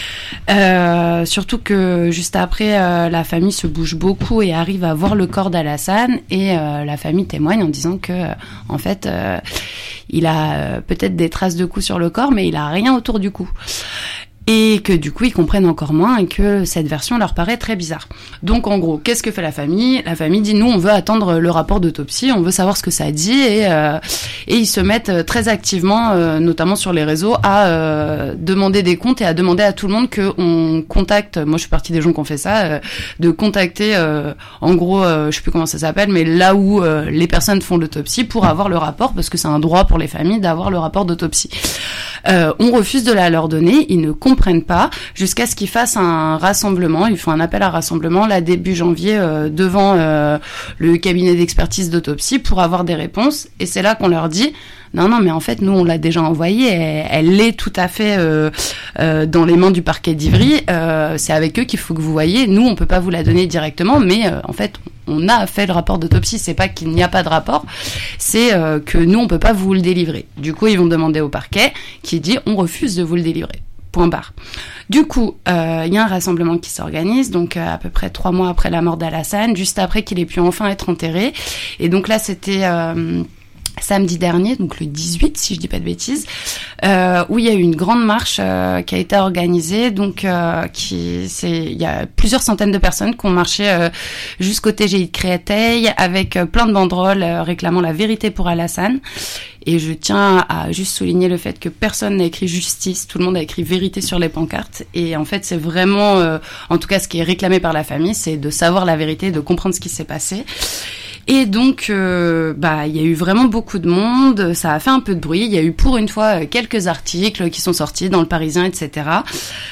Euh, surtout que juste après, euh, la famille se bouge beaucoup et arrive à voir le corps d'Alassane et euh, la famille témoigne en disant que, euh, en fait, euh, il a euh, peut-être des traces de coups sur le corps, mais il a rien autour du cou. et que du coup ils comprennent encore moins et que cette version leur paraît très bizarre. Donc en gros, qu'est-ce que fait la famille ? La famille dit nous on veut attendre le rapport d'autopsie, on veut savoir ce que ça dit et euh, et ils se mettent très activement, euh, notamment sur les réseaux, à euh, demander des comptes et à demander à tout le monde que on contacte. Moi je suis partie des gens qui ont fait ça, euh, de contacter euh, en gros, euh, je sais plus comment ça s'appelle, mais là où euh, les personnes font l'autopsie pour avoir le rapport, parce que c'est un droit pour les familles d'avoir le rapport d'autopsie. Euh, on refuse de la leur donner, ils ne comprennent pas, jusqu'à ce qu'ils fassent un rassemblement, ils font un appel à rassemblement là début janvier euh, devant euh, le cabinet d'expertise d'autopsie pour avoir des réponses, et c'est là qu'on leur dit non non mais en fait nous on l'a déjà envoyée, elle, elle est tout à fait euh, euh, dans les mains du parquet d'Ivry, euh, c'est avec eux qu'il faut que vous voyez, nous on peut pas vous la donner directement, mais euh, en fait on a fait le rapport d'autopsie, c'est pas qu'il n'y a pas de rapport, c'est euh, que nous on peut pas vous le délivrer. Du coup ils vont demander au parquet qui dit on refuse de vous le délivrer. Point barre. Du coup, il euh, y a un rassemblement qui s'organise, donc euh, à peu près trois mois après la mort d'Alassane, juste après qu'il ait pu enfin être enterré. Et donc là, c'était euh, samedi dernier, donc le dix-huit, si je dis pas de bêtises, euh, où il y a eu une grande marche euh, qui a été organisée. Donc, euh, qui, c'est, il y a plusieurs centaines de personnes qui ont marché euh, jusqu'au T G I de Créteil avec euh, plein de banderoles euh, réclamant la vérité pour Alassane. Et je tiens à juste souligner le fait que personne n'a écrit justice, tout le monde a écrit vérité sur les pancartes. Et en fait, c'est vraiment, euh, en tout cas, ce qui est réclamé par la famille, c'est de savoir la vérité, de comprendre ce qui s'est passé. Et donc, euh, bah, il y a eu vraiment beaucoup de monde, ça a fait un peu de bruit. Il y a eu pour une fois quelques articles qui sont sortis dans le Parisien, et cetera.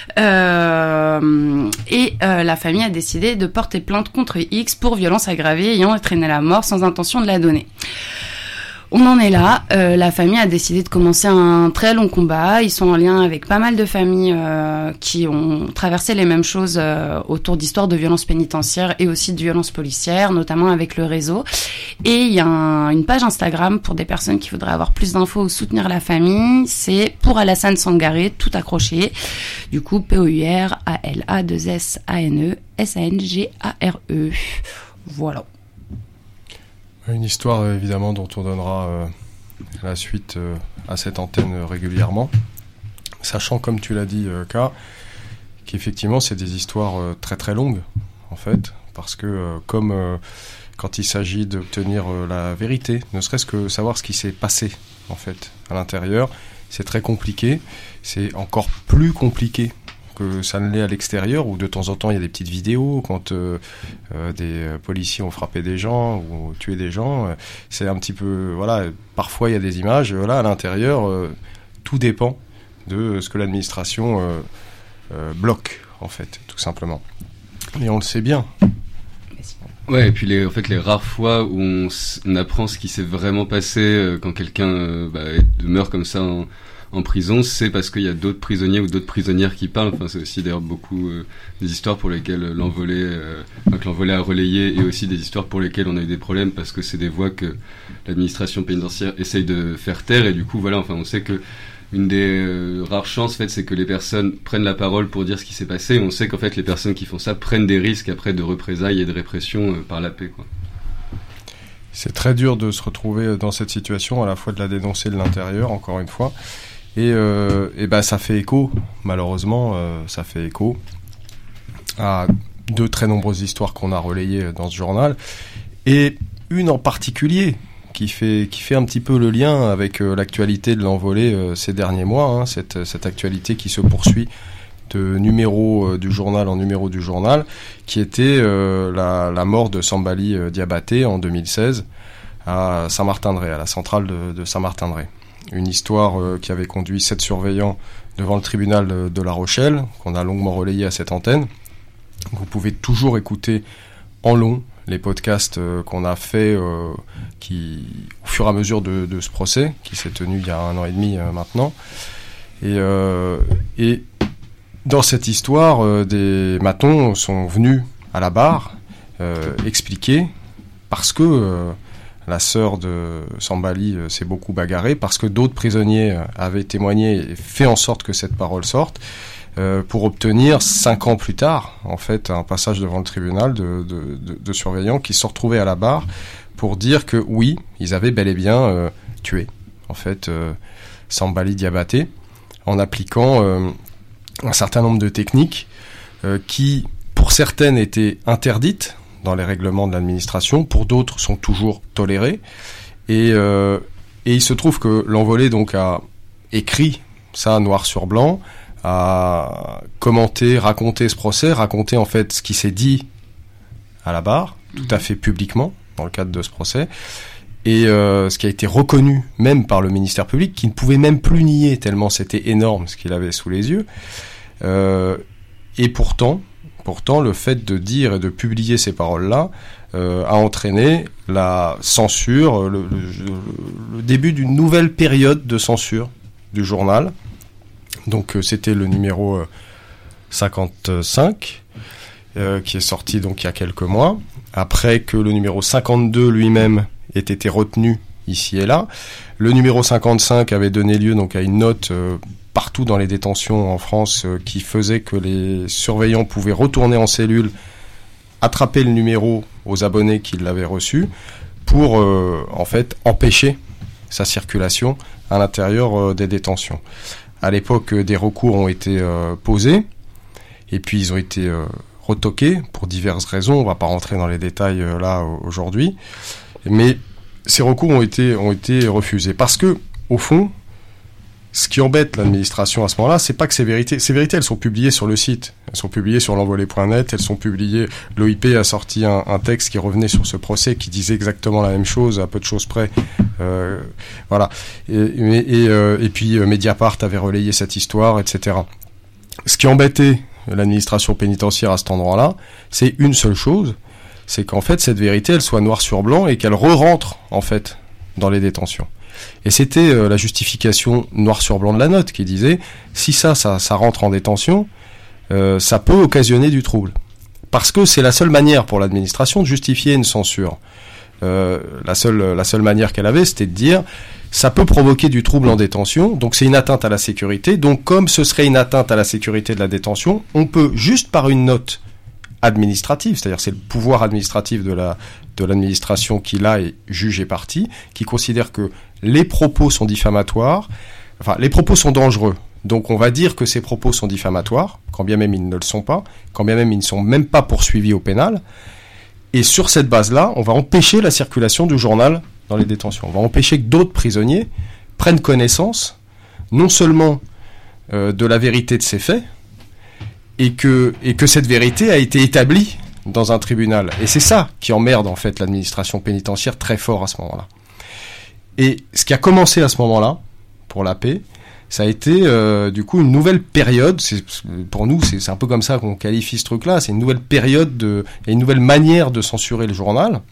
Euh, et euh, la famille a décidé de porter plainte contre X pour violence aggravée ayant entraîné la mort sans intention de la donner. On en est là, euh, la famille a décidé de commencer un très long combat, ils sont en lien avec pas mal de familles euh, qui ont traversé les mêmes choses euh, autour d'histoires de violences pénitentiaires et aussi de violences policières, notamment avec le réseau. Et il y a un, une page Instagram pour des personnes qui voudraient avoir plus d'infos ou soutenir la famille, c'est pour Alassane Sangaré, tout accroché, du coup P O U R A L A deux S A N E S A N G A R E. Voilà. Une histoire évidemment dont on donnera euh, la suite euh, à cette antenne euh, régulièrement, sachant comme tu l'as dit euh, K, qu'effectivement c'est des histoires euh, très très longues en fait, parce que euh, comme euh, quand il s'agit d'obtenir euh, la vérité, ne serait-ce que savoir ce qui s'est passé en fait à l'intérieur, c'est très compliqué, c'est encore plus compliqué que ça ne l'est à l'extérieur, où de temps en temps il y a des petites vidéos quand euh, euh, des policiers ont frappé des gens ou tué des gens, euh, c'est un petit peu, voilà, parfois il y a des images, là à l'intérieur euh, tout dépend de ce que l'administration euh, euh, bloque en fait, tout simplement, et on le sait bien. Ouais, et puis les, en fait, les rares fois où on, on apprend ce qui s'est vraiment passé euh, quand quelqu'un euh, bah, meurt comme ça en, en prison, c'est parce qu'il y a d'autres prisonniers ou d'autres prisonnières qui parlent. Enfin, c'est aussi d'ailleurs beaucoup euh, des histoires pour lesquelles l'envolé, euh, enfin, que l'envolé a relayé, et aussi des histoires pour lesquelles on a eu des problèmes parce que c'est des voix que l'administration pénitentiaire essaye de faire taire. Et du coup, voilà, enfin, on sait que une des euh, rares chances, en fait, c'est que les personnes prennent la parole pour dire ce qui s'est passé. Et on sait qu'en fait, les personnes qui font ça prennent des risques après de représailles et de répression euh, par la paix, quoi. C'est très dur de se retrouver dans cette situation, à la fois de la dénoncer de l'intérieur, encore une fois, et, euh, et ben ça fait écho, malheureusement, euh, ça fait écho à de très nombreuses histoires qu'on a relayées dans ce journal, et une en particulier qui fait qui fait un petit peu le lien avec euh, l'actualité de l'envolée euh, ces derniers mois, hein, cette cette actualité qui se poursuit de numéro euh, du journal en numéro du journal, qui était euh, la, la mort de Sambali euh, Diabaté en deux mille seize à Saint-Martin-de-Ré, à la centrale de, de Saint-Martin-de-Ré. Une histoire euh, qui avait conduit sept surveillants devant le tribunal de, de La Rochelle, qu'on a longuement relayé à cette antenne. Vous pouvez toujours écouter en long les podcasts euh, qu'on a fait euh, qui, au fur et à mesure de, de ce procès, qui s'est tenu il y a un an et demi euh, maintenant. Et, euh, et dans cette histoire, euh, des matons sont venus à la barre euh, expliquer, parce que euh, la sœur de Sambali euh, s'est beaucoup bagarrée, parce que d'autres prisonniers euh, avaient témoigné et fait en sorte que cette parole sorte, euh, pour obtenir, cinq ans plus tard, en fait, un passage devant le tribunal de, de, de, de surveillants qui se sont retrouvés à la barre pour dire que oui, ils avaient bel et bien euh, tué, en fait, euh, Sambali Diabaté, en appliquant euh, un certain nombre de techniques euh, qui, pour certaines, étaient interdites dans les règlements de l'administration, pour d'autres sont toujours tolérées. Et, euh, et il se trouve que l'Envolée donc a écrit ça noir sur blanc, a commenté, raconté ce procès, raconté en fait ce qui s'est dit à la barre, tout à fait publiquement, dans le cadre de ce procès, et euh, ce qui a été reconnu même par le ministère public, qui ne pouvait même plus nier tellement c'était énorme ce qu'il avait sous les yeux. Euh, et pourtant, pourtant, le fait de dire et de publier ces paroles-là euh, a entraîné la censure, le, le, le début d'une nouvelle période de censure du journal. Donc euh, c'était le numéro euh, cinquante-cinq euh, qui est sorti donc il y a quelques mois, après que le numéro cinquante-deux lui-même ait été retenu ici et là. Le numéro cinquante-cinq avait donné lieu donc à une note euh, partout dans les détentions en France euh, qui faisait que les surveillants pouvaient retourner en cellule, attraper le numéro aux abonnés qui l'avaient reçu pour euh, en fait empêcher sa circulation à l'intérieur euh, des détentions. À l'époque, euh, des recours ont été euh, posés et puis ils ont été euh, retoqués pour diverses raisons. On ne va pas rentrer dans les détails euh, là aujourd'hui, mais ces recours ont été ont été refusés parce que au fond, ce qui embête l'administration à ce moment-là, c'est pas que ces vérités, ces vérités, elles sont publiées sur le site, elles sont publiées sur l'envolée point net, elles sont publiées. L'O I P a sorti un, un texte qui revenait sur ce procès, qui disait exactement la même chose, à peu de choses près. Euh, voilà. Et, et, et, euh, et puis Mediapart avait relayé cette histoire, et cetera. Ce qui embêtait l'administration pénitentiaire à cet endroit-là, c'est une seule chose, c'est qu'en fait cette vérité, elle soit noir sur blanc et qu'elle re-rentre en fait dans les détentions. Et c'était euh, la justification noir sur blanc de la note qui disait si ça, ça, ça rentre en détention, euh, ça peut occasionner du trouble. Parce que c'est la seule manière pour l'administration de justifier une censure. Euh, la seule, la seule manière qu'elle avait, c'était de dire ça peut provoquer du trouble en détention, donc c'est une atteinte à la sécurité. Donc comme ce serait une atteinte à la sécurité de la détention, on peut juste par une note administrative, c'est-à-dire c'est le pouvoir administratif de la de l'administration qui là est juge et partie, qui considère que les propos sont diffamatoires, enfin les propos sont dangereux. Donc on va dire que ces propos sont diffamatoires, quand bien même ils ne le sont pas, quand bien même ils ne sont même pas poursuivis au pénal. Et sur cette base-là, on va empêcher la circulation du journal dans les détentions. On va empêcher que d'autres prisonniers prennent connaissance, non seulement euh, de la vérité de ces faits, et que, et que cette vérité a été établie dans un tribunal. Et c'est ça qui emmerde en fait l'administration pénitentiaire très fort à ce moment-là. Et ce qui a commencé à ce moment-là, pour la paix, ça a été euh, du coup une nouvelle période. C'est, pour nous, c'est, c'est un peu comme ça qu'on qualifie ce truc-là. C'est une nouvelle période de, et une nouvelle manière de censurer le journal,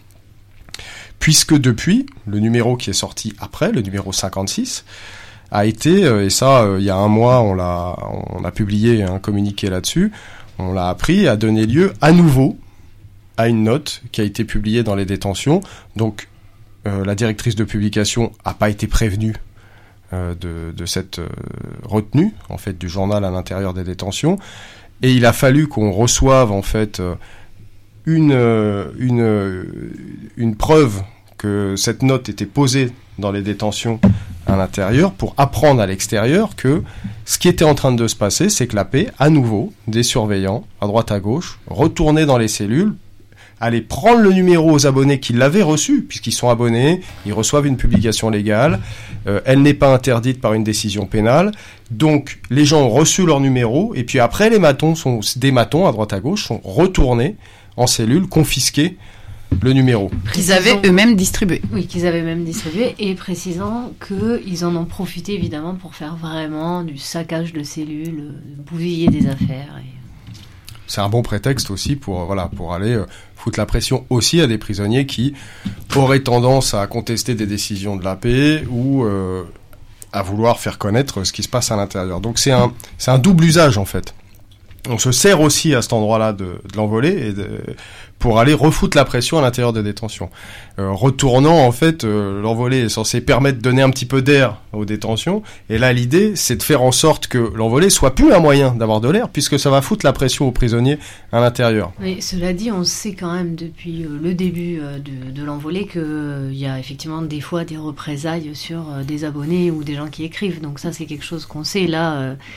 puisque depuis, le numéro qui est sorti après, le numéro cinquante-six, a été, et ça, euh, il y a un mois, on l'a, on a publié un communiqué là-dessus, on l'a appris, a donné lieu à nouveau à une note qui a été publiée dans les détentions. Donc, euh, la directrice de publication a pas été prévenue euh, de, de cette euh, retenue, en fait, du journal à l'intérieur des détentions. Et il a fallu qu'on reçoive, en fait, euh, une, euh, une, euh, une preuve que cette note était posée dans les détentions à l'intérieur pour apprendre à l'extérieur que ce qui était en train de se passer, c'est que la paix, à nouveau, des surveillants, à droite à gauche, retournaient dans les cellules, allaient prendre le numéro aux abonnés qui l'avaient reçu, puisqu'ils sont abonnés, ils reçoivent une publication légale, euh, elle n'est pas interdite par une décision pénale, donc les gens ont reçu leur numéro, et puis après les matons, sont, des matons à droite à gauche, sont retournés en cellule, confisqués le numéro. Qu'ils avaient eux-mêmes distribué. Oui, qu'ils avaient même distribué, et précisant qu'ils en ont profité évidemment pour faire vraiment du saccage de cellules, bousiller des affaires. Et... C'est un bon prétexte aussi pour, voilà, pour aller euh, foutre la pression aussi à des prisonniers qui auraient tendance à contester des décisions de la paix ou euh, à vouloir faire connaître ce qui se passe à l'intérieur. Donc c'est un, c'est un double usage en fait. On se sert aussi à cet endroit-là de, de l'envolée et de, pour aller refoutre la pression à l'intérieur des détentions. Euh, retournant, en fait, euh, l'envolée est censé permettre de donner un petit peu d'air aux détentions. Et là, l'idée, c'est de faire en sorte que l'envolée soit plus un moyen d'avoir de l'air, puisque ça va foutre la pression aux prisonniers à l'intérieur. Mais cela dit, on sait quand même depuis euh, le début euh, de, de l'envolée qu'il euh, y a effectivement des fois des représailles sur euh, des abonnés ou des gens qui écrivent. Donc ça, c'est quelque chose qu'on sait. Là... Euh,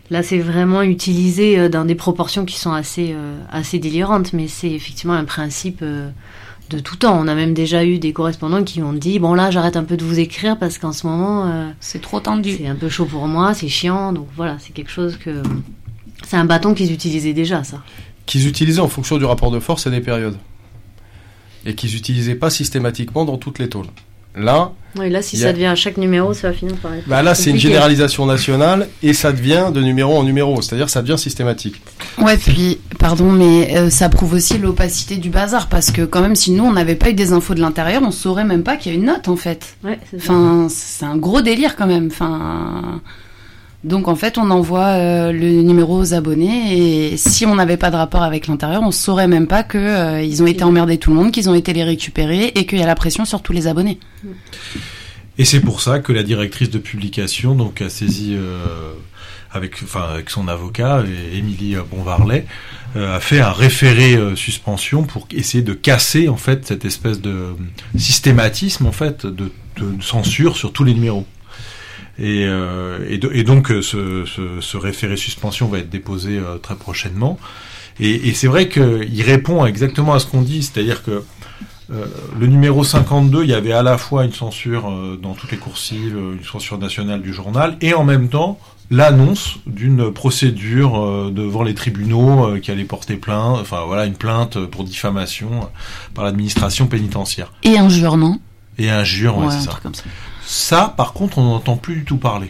Là, c'est vraiment utilisé euh, dans des proportions qui sont assez, euh, assez délirantes, mais c'est effectivement un principe euh, de tout temps. On a même déjà eu des correspondants qui m'ont dit « Bon, là, j'arrête un peu de vous écrire parce qu'en ce moment... Euh, c'est trop tendu. C'est un peu chaud pour moi, c'est chiant. » Donc voilà, c'est quelque chose que... C'est un bâton qu'ils utilisaient déjà, ça. Qu'ils utilisaient en fonction du rapport de force et des périodes. Et qu'ils n'utilisaient pas systématiquement dans toutes les tôles. Là, oui, là, si a... ça devient à chaque numéro, ça va finir par être bah là, compliqué. C'est une généralisation nationale et ça devient de numéro en numéro, c'est-à-dire ça devient systématique. Ouais, puis, pardon, mais euh, ça prouve aussi l'opacité du bazar parce que quand même, si nous, on n'avait pas eu des infos de l'intérieur, on saurait même pas qu'il y a une note, en fait. Ouais, c'est enfin, c'est un gros délire quand même. Enfin... Donc en fait, on envoie euh, le numéro aux abonnés et si on n'avait pas de rapport avec l'intérieur, on saurait même pas que euh, ils ont été emmerdés tout le monde, qu'ils ont été les récupérer et qu'il y a la pression sur tous les abonnés. Et c'est pour ça que la directrice de publication donc a saisi euh, avec enfin avec son avocat et Émilie Bonvarlet euh, a fait un référé euh, suspension pour essayer de casser en fait cette espèce de systématisme en fait de, de censure sur tous les numéros. Et, euh, et, de, et donc ce, ce, ce référé suspension va être déposé euh, très prochainement. Et, et c'est vrai qu'il répond exactement à ce qu'on dit, c'est-à-dire que euh, le numéro cinquante-deux, il y avait à la fois une censure euh, dans toutes les coursives, une censure nationale du journal, et en même temps l'annonce d'une procédure euh, devant les tribunaux euh, qui allait porter plainte, enfin voilà, une plainte pour diffamation euh, par l'administration pénitentiaire. Et injure, non ? Et injure, ouais, ouais c'est un ça. Truc comme ça. Ça, par contre, on n'entend plus du tout parler.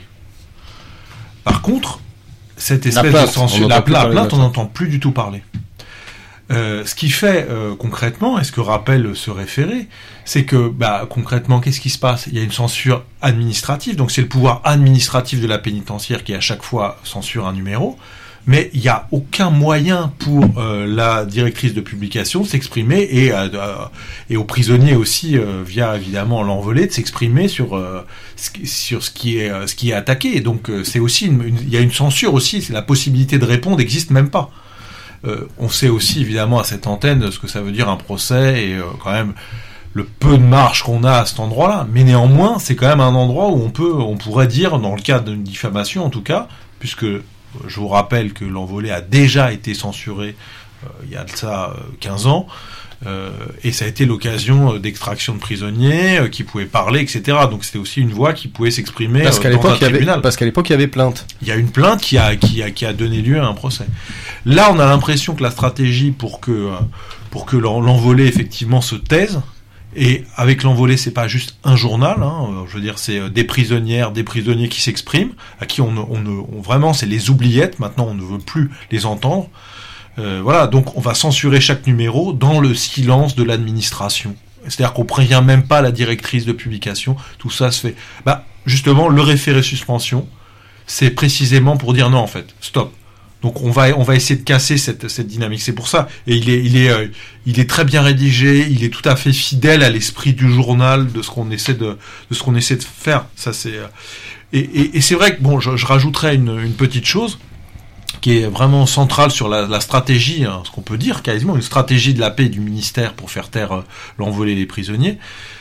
Par contre, cette espèce la plainte, de censure, on la, pla- la plainte, on n'entend n'entend plus du tout parler. Euh, ce qui fait euh, concrètement, et ce que rappelle ce référé, c'est que bah, concrètement, qu'est-ce qui se passe ? Il y a une censure administrative, donc c'est le pouvoir administratif de la pénitentiaire qui à chaque fois censure un numéro. Mais il n'y a aucun moyen pour euh, la directrice de publication de s'exprimer et, euh, et aux prisonniers aussi, euh, via évidemment l'envolée, de s'exprimer sur, euh, sur ce, qui est, ce qui est attaqué. Et donc euh, c'est aussi une, une, il y a une censure aussi, c'est la possibilité de répondre n'existe même pas. Euh, on sait aussi évidemment à cette antenne ce que ça veut dire un procès et euh, quand même le peu de marge qu'on a à cet endroit-là. Mais néanmoins, c'est quand même un endroit où on peut, on pourrait dire, dans le cas d'une diffamation en tout cas, puisque je vous rappelle que l'envolée a déjà été censuré euh, il y a de ça euh, quinze ans, euh, et ça a été l'occasion euh, d'extraction de prisonniers euh, qui pouvaient parler, et cetera. Donc c'était aussi une voix qui pouvait s'exprimer parce qu'à euh, dans l'époque, un il y avait, tribunal. Parce qu'à l'époque, il y avait plainte. Il y a une plainte qui a, qui a, qui a donné lieu à un procès. Là, on a l'impression que la stratégie pour que, euh, pour que l'envolée effectivement se taise, et avec l'envolée, c'est pas juste un journal, hein, je veux dire, c'est des prisonnières, des prisonniers qui s'expriment, à qui on, on, on vraiment, c'est les oubliettes. Maintenant, on ne veut plus les entendre. Euh, voilà, donc on va censurer chaque numéro dans le silence de l'administration. C'est-à-dire qu'on prévient même pas la directrice de publication. Tout ça se fait. Bah, justement, le référé suspension, c'est précisément pour dire non, en fait, stop. Donc on va on va essayer de casser cette cette dynamique. C'est pour ça. Et il est il est euh, il est très bien rédigé. Il est tout à fait fidèle à l'esprit du journal, de ce qu'on essaie de de ce qu'on essaie de faire. Ça c'est euh, et, et et c'est vrai que bon, je, je rajouterais une une petite chose qui est vraiment centrale sur la, la stratégie, hein, ce qu'on peut dire quasiment une stratégie de la paix du ministère pour faire taire euh, l'envolée des prisonniers.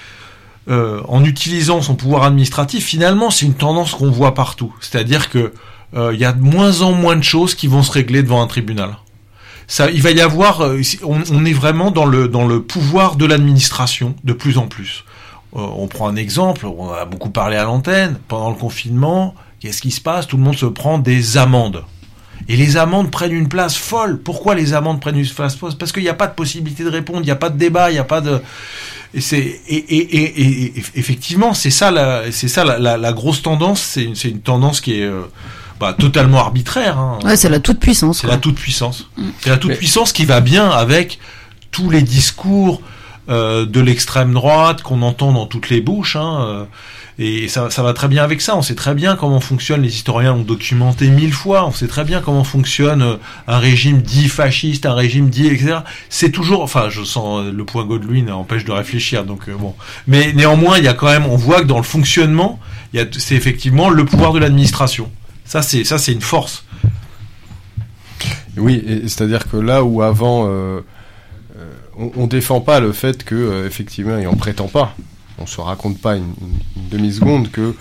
Euh, en utilisant son pouvoir administratif, finalement, c'est une tendance qu'on voit partout. C'est-à-dire que il euh, y a de moins en moins de choses qui vont se régler devant un tribunal. Ça, il va y avoir, euh, on, on est vraiment dans le dans le pouvoir de l'administration de plus en plus. Euh, on prend un exemple, on a beaucoup parlé à l'antenne pendant le confinement. Qu'est-ce qui se passe ? Tout le monde se prend des amendes. Et les amendes prennent une place folle. Pourquoi les amendes prennent une place folle ? Parce qu'il n'y a pas de possibilité de répondre, il n'y a pas de débat, il n'y a pas de. Et c'est et, et, et, et, et effectivement, c'est ça la c'est ça la, la, la grosse tendance. C'est une, c'est une tendance qui est euh, bah, totalement arbitraire. Hein. Ouais, c'est la toute puissance. C'est quoi. la toute puissance. Mmh. C'est la toute Mais... puissance qui va bien avec tous les discours euh, de l'extrême droite qu'on entend dans toutes les bouches. Hein, euh, et ça, ça va très bien avec ça. On sait très bien comment fonctionnent. Les historiens l'ont documenté mille fois. On sait très bien comment fonctionne euh, un régime dit fasciste, un régime dit, et cetera. C'est toujours, enfin, je sens euh, le point Godwin empêche de réfléchir. Donc euh, bon. Mais néanmoins, il y a quand même, on voit que dans le fonctionnement, il y a, c'est effectivement le pouvoir de l'administration. Ça, c'est ça, c'est une force. Oui, et, c'est-à-dire que là où avant, euh, euh, on, on défend pas le fait que, euh, effectivement, et on prétend pas, on se raconte pas une, une, une demi-seconde que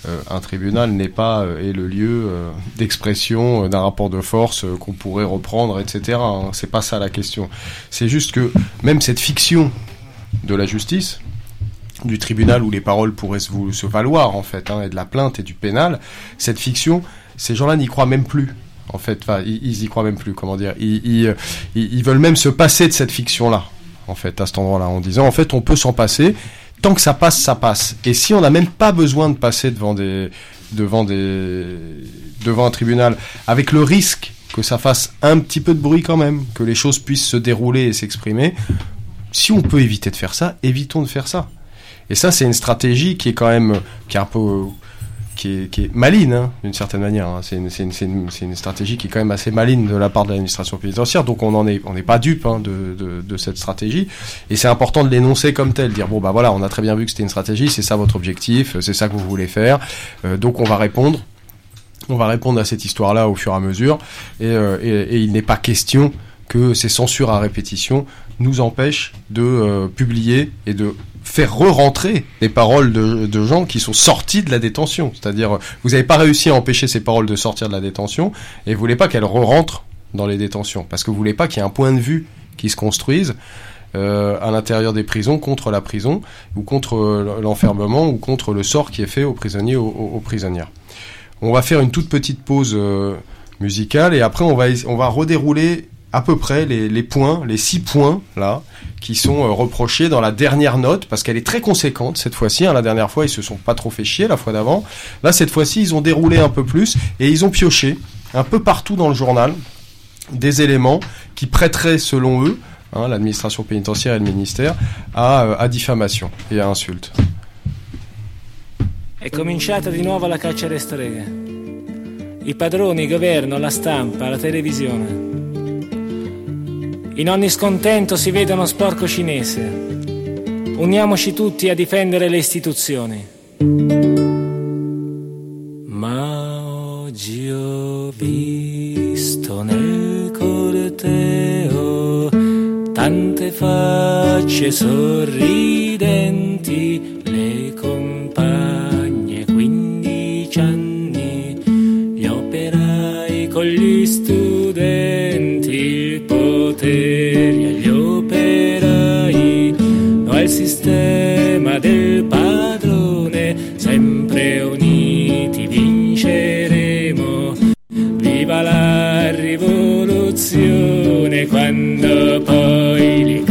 euh, un tribunal n'est pas euh, est le lieu euh, d'expression euh, d'un rapport de force euh, qu'on pourrait reprendre, et cetera. Hein. C'est pas ça la question. C'est juste que même cette fiction de la justice, du tribunal où les paroles pourraient se, se valoir en fait, hein, et de la plainte et du pénal, cette fiction, ces gens-là n'y croient même plus. En fait, enfin, ils, ils y croient même plus. Comment dire, ils, ils, ils veulent même se passer de cette fiction-là. En fait, à cet endroit-là, en disant, en fait, on peut s'en passer. Tant que ça passe, ça passe. Et si on n'a même pas besoin de passer devant des, devant des, devant un tribunal, avec le risque que ça fasse un petit peu de bruit quand même, que les choses puissent se dérouler et s'exprimer, si on peut éviter de faire ça, évitons de faire ça. Et ça, c'est une stratégie qui est quand même, qui est un peu, qui est, qui est maligne, hein, d'une certaine manière. Hein. C'est une, c'est une, c'est une, c'est une stratégie qui est quand même assez maligne de la part de l'administration pénitentiaire. Donc on en est, on n'est pas dupe, hein, de, de, de cette stratégie. Et c'est important de l'énoncer comme tel, dire bon bah voilà, on a très bien vu que c'était une stratégie, c'est ça votre objectif, c'est ça que vous voulez faire. Euh, donc on va répondre, on va répondre à cette histoire-là au fur et à mesure. Et, euh, et, et il n'est pas question que ces censures à répétition nous empêchent de euh, publier et de faire re-rentrer des paroles de, de gens qui sont sortis de la détention. C'est-à-dire, vous n'avez pas réussi à empêcher ces paroles de sortir de la détention et vous voulez pas qu'elles re-rentrent dans les détentions. Parce que vous voulez pas qu'il y ait un point de vue qui se construise euh, à l'intérieur des prisons contre la prison ou contre euh, l'enfermement ou contre le sort qui est fait aux prisonniers ou aux, aux prisonnières. On va faire une toute petite pause euh, musicale et après on va, on va redérouler à peu près les, les points, les six points là, qui sont euh, reprochés dans la dernière note, parce qu'elle est très conséquente cette fois-ci. Hein, la dernière fois, ils se sont pas trop fait chier la fois d'avant. Là, cette fois-ci, ils ont déroulé un peu plus et ils ont pioché un peu partout dans le journal des éléments qui prêteraient, selon eux, hein, l'administration pénitentiaire et le ministère, à, euh, à diffamation et à insulte. È cominciata di nuovo la caccia alle streghe. I padroni, il governo, la stampa, la televisione. In ogni scontento si vede uno sporco cinese. Uniamoci tutti a difendere le istituzioni. Ma oggi ho visto nel corteo tante facce sorridenti, le compagne quindici anni, gli operai con gli studenti, il potere agli operai, noi al sistema del padrone, sempre uniti vinceremo, viva la rivoluzione. Quando poi le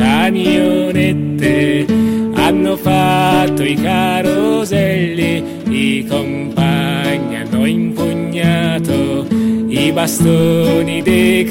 camionette hanno fatto i caroselli, i compagni hanno impugnato i bastoni dei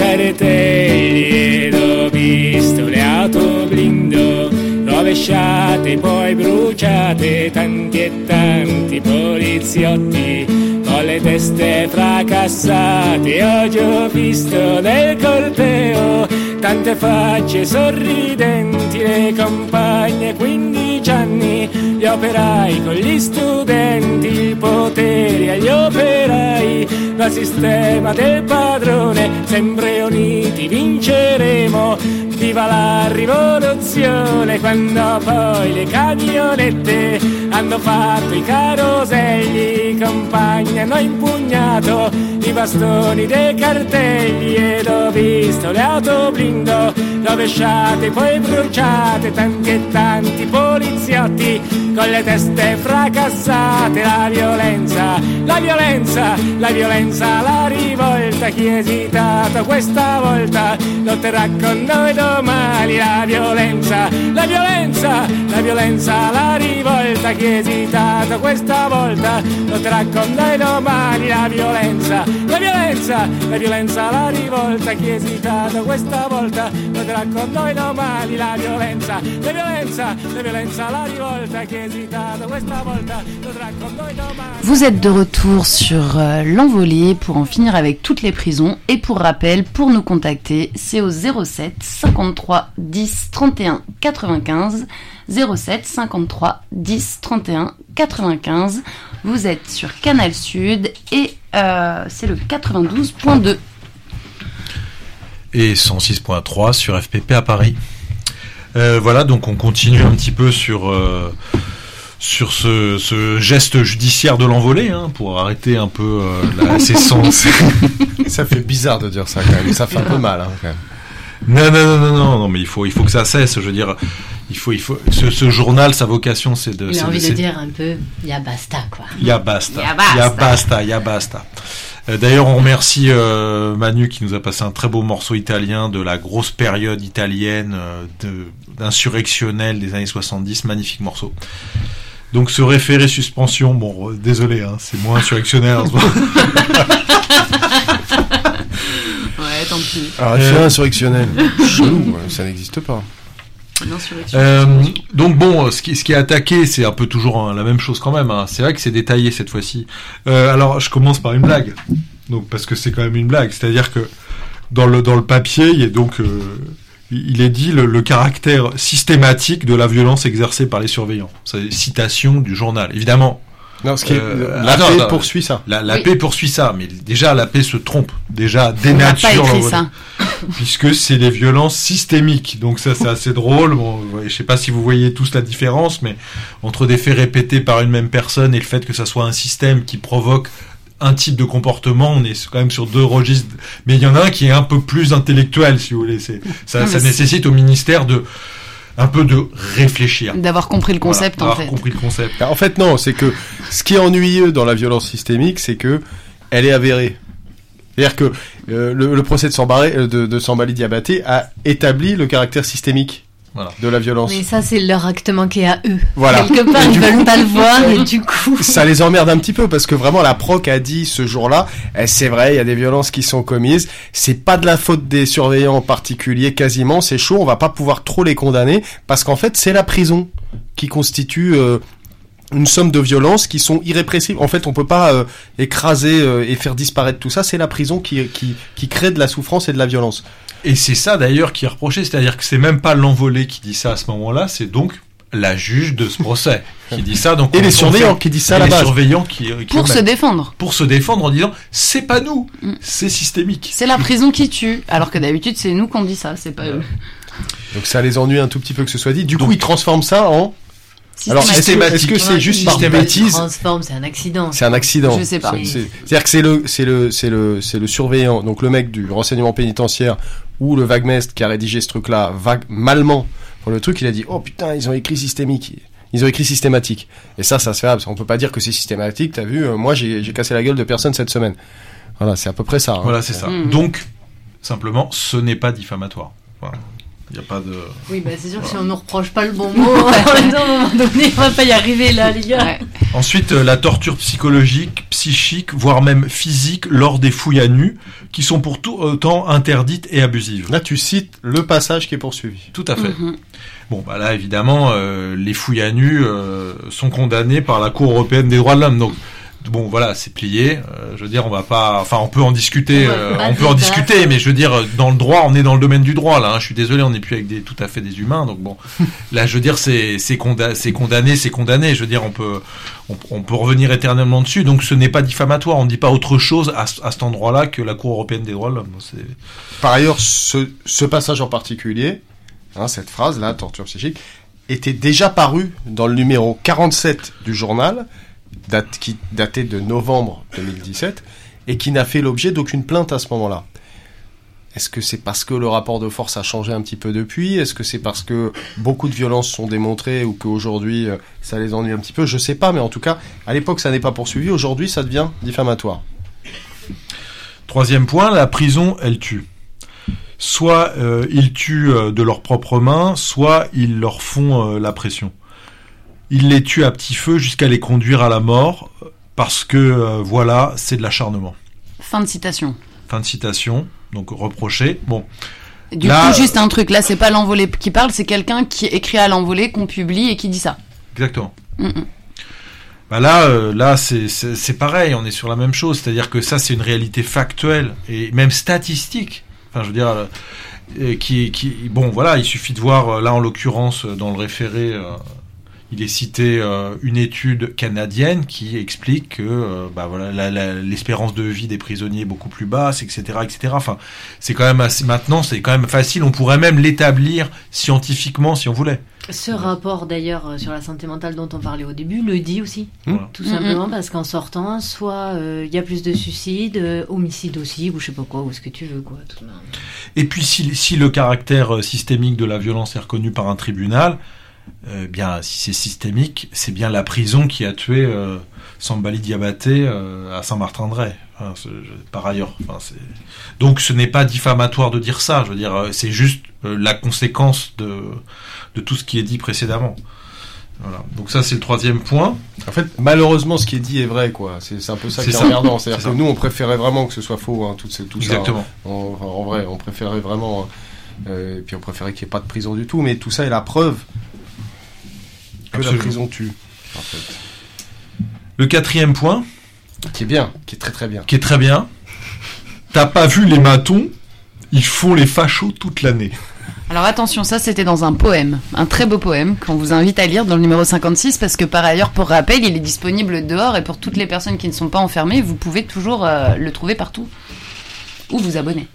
cartelli ed ho visto le auto blindo rovesciate poi bruciate, tanti e tanti poliziotti con le teste fracassate. Oggi ho visto nel corteo tante facce sorridenti, le compagne quindici anni, gli operai con gli studenti, il potere agli operai, dal sistema del padrone, sempre uniti vinceremo, viva la rivoluzione. Quando poi le camionette hanno fatto i caroselli, i compagni hanno impugnato i bastoni dei cartelli ed ho visto le auto blindo rovesciate poi bruciate, tanti e tanti poliziotti con le teste fracassate. La violenza, la violenza, la violenza, la rivolta, chi è esitato questa volta lotterà con noi domani. La violenza, la violenza, la violenza, la rivolta, chi è esitato questa volta lotterà con noi domani. La violenza, la violenza, la violenza, la rivolta, chi è esitato questa volta lotterà con noi domani. La violenza, la violenza, la violenza, la rivolta, chi è esitato questa volta lotterà con noi domani. Vous êtes de retour sur euh, l'envolée pour en finir avec toutes les prisons. Et pour rappel, pour nous contacter, c'est au zéro sept cinquante-trois dix trente et un quatre-vingt-quinze. zéro sept cinquante-trois dix trente et un quatre-vingt-quinze. Vous êtes sur Canal Sud et euh, c'est le quatre-vingt-douze point deux. Et cent six point trois sur F P P à Paris. Euh, voilà, donc on continue un petit peu sur... Euh, sur ce, ce geste judiciaire de l'envolée, hein, pour arrêter un peu euh, la séance. Ça fait bizarre de dire ça quand même. Ça fait un peu mal, hein, quand même. Non, non, non, non, non, non, mais il faut, il faut que ça cesse. Je veux dire, il faut, il faut. Ce, ce journal, sa vocation, c'est de. Il a envie de, de dire un peu, il y a basta, quoi. Il y a basta. Il y a basta. Il y a basta. Il y a basta. Euh, d'ailleurs, on remercie euh, Manu qui nous a passé un très beau morceau italien de la grosse période italienne euh, de, d'insurrectionnelle des années soixante-dix. Magnifique morceau. Donc, ce référé suspension, bon, euh, désolé, hein, c'est moins insurrectionnel en ce moment. Ouais, tant pis. Un référé insurrectionnel. Chelou, ça n'existe pas. Euh, donc bon, ce qui, ce qui est attaqué, c'est un peu toujours hein, la même chose quand même. Hein. C'est vrai que c'est détaillé cette fois-ci. Euh, alors, je commence par une blague. Donc parce que c'est quand même une blague. C'est-à-dire que dans le dans le papier, il est donc euh, il est dit le, le caractère systématique de la violence exercée par les surveillants. C'est citation du journal. Évidemment. Non, ce qui est, euh, la attends, paix attends, poursuit ça. La, la Oui. paix poursuit ça, mais déjà la paix se trompe, déjà On n'a dénature pas écrit l'envolée. ça. Puisque c'est les violences systémiques. Donc ça, c'est assez drôle. Bon, je sais pas si vous voyez tous la différence, mais entre des faits répétés par une même personne et le fait que ça soit un système qui provoque un type de comportement, on est quand même sur deux registres. Mais il y en a un qui est un peu plus intellectuel, si vous voulez. C'est, ça, Non, ça mais nécessite au ministère de un peu de réfléchir. D'avoir compris le concept, Voilà, en fait. d'avoir compris le concept. En fait, non, c'est que ce qui est ennuyeux dans la violence systémique, c'est que elle est avérée. C'est-à-dire que euh, le, le procès de Sambaré, euh, de, de Sambali Diabaté a établi le caractère systémique Voilà. de la violence. Mais ça, c'est leur acte manqué à eux. Voilà. Quelque part, Et ils du veulent coup- pas le voir, et du coup... Ça les emmerde un petit peu parce que vraiment la proc a dit ce jour-là, eh, c'est vrai, il y a des violences qui sont commises, c'est pas de la faute des surveillants en particulier, quasiment, c'est chaud, on va pas pouvoir trop les condamner parce qu'en fait c'est la prison qui constitue euh, une somme de violences qui sont irrépressibles. En fait, on peut pas euh, écraser euh, et faire disparaître tout ça, c'est la prison qui, qui, qui crée de la souffrance et de la violence. Et c'est ça d'ailleurs qui est reproché, c'est-à-dire que c'est même pas l'envolé qui dit ça à ce moment-là, c'est donc la juge de ce procès qui dit ça. Donc Et on- les on surveillants fait- qui disent ça à et la les base. surveillants qui, qui Pour le se mettent. défendre. Pour se défendre en disant c'est pas nous, Mm. c'est systémique. C'est la prison qui tue. Alors que d'habitude, c'est nous qu'on dit ça, c'est pas eux. Donc ça les ennuie un tout petit peu que ce soit dit. Du Donc- coup, ils transforment ça en... Alors, est-ce que, Systématique. est-ce que c'est Ouais, juste ils par se bêtise? transforment, c'est un accident. C'est un accident. Je sais pas. C'est- c'est- C'est-à-dire que c'est le, c'est le, c'est le, c'est le surveillant, donc le mec du renseignement pénitentiaire ou le vaguemestre qui a rédigé ce truc-là, vague, malement, pour le truc, il a dit, oh putain, ils ont écrit systémique. Ils ont écrit systématique. Et ça, ça se fait, parce qu'on peut pas dire que c'est systématique, t'as vu, euh, moi, j'ai, j'ai cassé la gueule de personne cette semaine. Voilà, c'est à peu près ça. hein. Voilà, c'est ça. Mm. Donc, simplement, ce n'est pas diffamatoire. Voilà. Il n'y a pas de... Oui, bah c'est sûr que si on nous reproche pas le bon mot, à un moment donné, on va pas y arriver là, les gars. Ouais. Ensuite, euh, la torture psychologique, psychique, voire même physique lors des fouilles à nu, qui sont pour tout autant interdites et abusives. Là, tu cites le passage qui est poursuivi. Tout à fait. Mhm. Bon, bah là, évidemment, euh, les fouilles à nu euh, sont condamnées par la Cour européenne des droits de l'homme. Donc, bon, voilà, c'est plié. Euh, je veux dire, on va pas... Enfin, on peut en discuter, On va euh, pas on peut en débattre. discuter, mais je veux dire, dans le droit, on est dans le domaine du droit, là. Hein. Je suis désolé, on n'est plus avec des tout à fait des humains. Donc bon, là, je veux dire, c'est c'est conda- c'est condamné, c'est condamné. Je veux dire, on peut on, on peut revenir éternellement dessus. Donc, ce n'est pas diffamatoire. On ne dit pas autre chose à, ce- à cet endroit-là que la Cour européenne des droits de l'homme. C'est... Par ailleurs, ce, ce passage en particulier, hein, cette phrase-là, torture psychique, était déjà paru dans le numéro quarante-sept du journal, date, qui datait de novembre deux mille dix-sept, et qui n'a fait l'objet d'aucune plainte à ce moment-là. Est-ce que c'est parce que le rapport de force a changé un petit peu depuis? Est-ce que c'est parce que beaucoup de violences sont démontrées ou qu'aujourd'hui euh, ça les ennuie un petit peu? Je sais pas, mais en tout cas, à l'époque ça n'est pas poursuivi, aujourd'hui ça devient diffamatoire. Troisième point, la prison, elle tue. Soit euh, ils tuent euh, de leurs propres mains, soit ils leur font euh, la pression. Ils les tuent à petit feu jusqu'à les conduire à la mort, parce que, euh, voilà, c'est de l'acharnement. Fin de citation. Fin de citation, donc reproché. Bon, Du Là, coup, juste un truc. Là, c'est pas l'envolé qui parle, c'est quelqu'un qui écrit à l'envolé, qu'on publie et qui dit ça. exactement. Mm-mm. Bah là, euh, là, c'est, c'est, c'est pareil, on est sur la même chose, c'est-à-dire que ça, c'est une réalité factuelle et même statistique. Enfin, je veux dire, euh, euh, qui, qui, bon, voilà, il suffit de voir, euh, là, en l'occurrence, euh, dans le référé, euh, il est cité euh, une étude canadienne qui explique que, euh, bah voilà, la, la, l'espérance de vie des prisonniers est beaucoup plus basse, et cetera, et cetera. Enfin, c'est quand même assez, maintenant, c'est quand même facile. On pourrait même l'établir scientifiquement si on voulait. Ce rapport d'ailleurs euh, sur la santé mentale dont on parlait au début le dit aussi, Mmh. tout simplement parce qu'en sortant, soit il euh, y a plus de suicides, euh, homicides aussi, ou je sais pas quoi, ou ce que tu veux quoi. Tout Et puis si, si le caractère systémique de la violence est reconnu par un tribunal, euh, bien si c'est systémique, c'est bien la prison qui a tué euh, Sambali Diabaté euh, à Saint-Martin-de-Ré. Enfin, c'est, je, par ailleurs, enfin, c'est... donc ce n'est pas diffamatoire de dire ça. Je veux dire, c'est juste euh, la conséquence de de tout ce qui est dit précédemment. Voilà. Donc ça, c'est le troisième point. En fait, malheureusement, ce qui est dit est vrai, quoi. C'est, c'est un peu ça c'est qui est ça. emmerdant. C'est-à-dire C'est que ça. nous, on préférait vraiment que ce soit faux, hein, tout, ce, tout Exactement. ça. En, en, en vrai, on préférait vraiment... Euh, et puis on préférait qu'il n'y ait pas de prison du tout. Mais tout ça est la preuve que Absolument. la prison tue, en fait. Le quatrième point, Qui est bien, qui est très très bien. qui est très bien. T'as pas vu les matons? Ils font les fachos toute l'année. Alors attention, ça c'était dans un poème, un très beau poème qu'on vous invite à lire dans le numéro cinquante-six parce que par ailleurs, pour rappel, il est disponible dehors et pour toutes les personnes qui ne sont pas enfermées, vous pouvez toujours euh, le trouver partout ou vous abonner.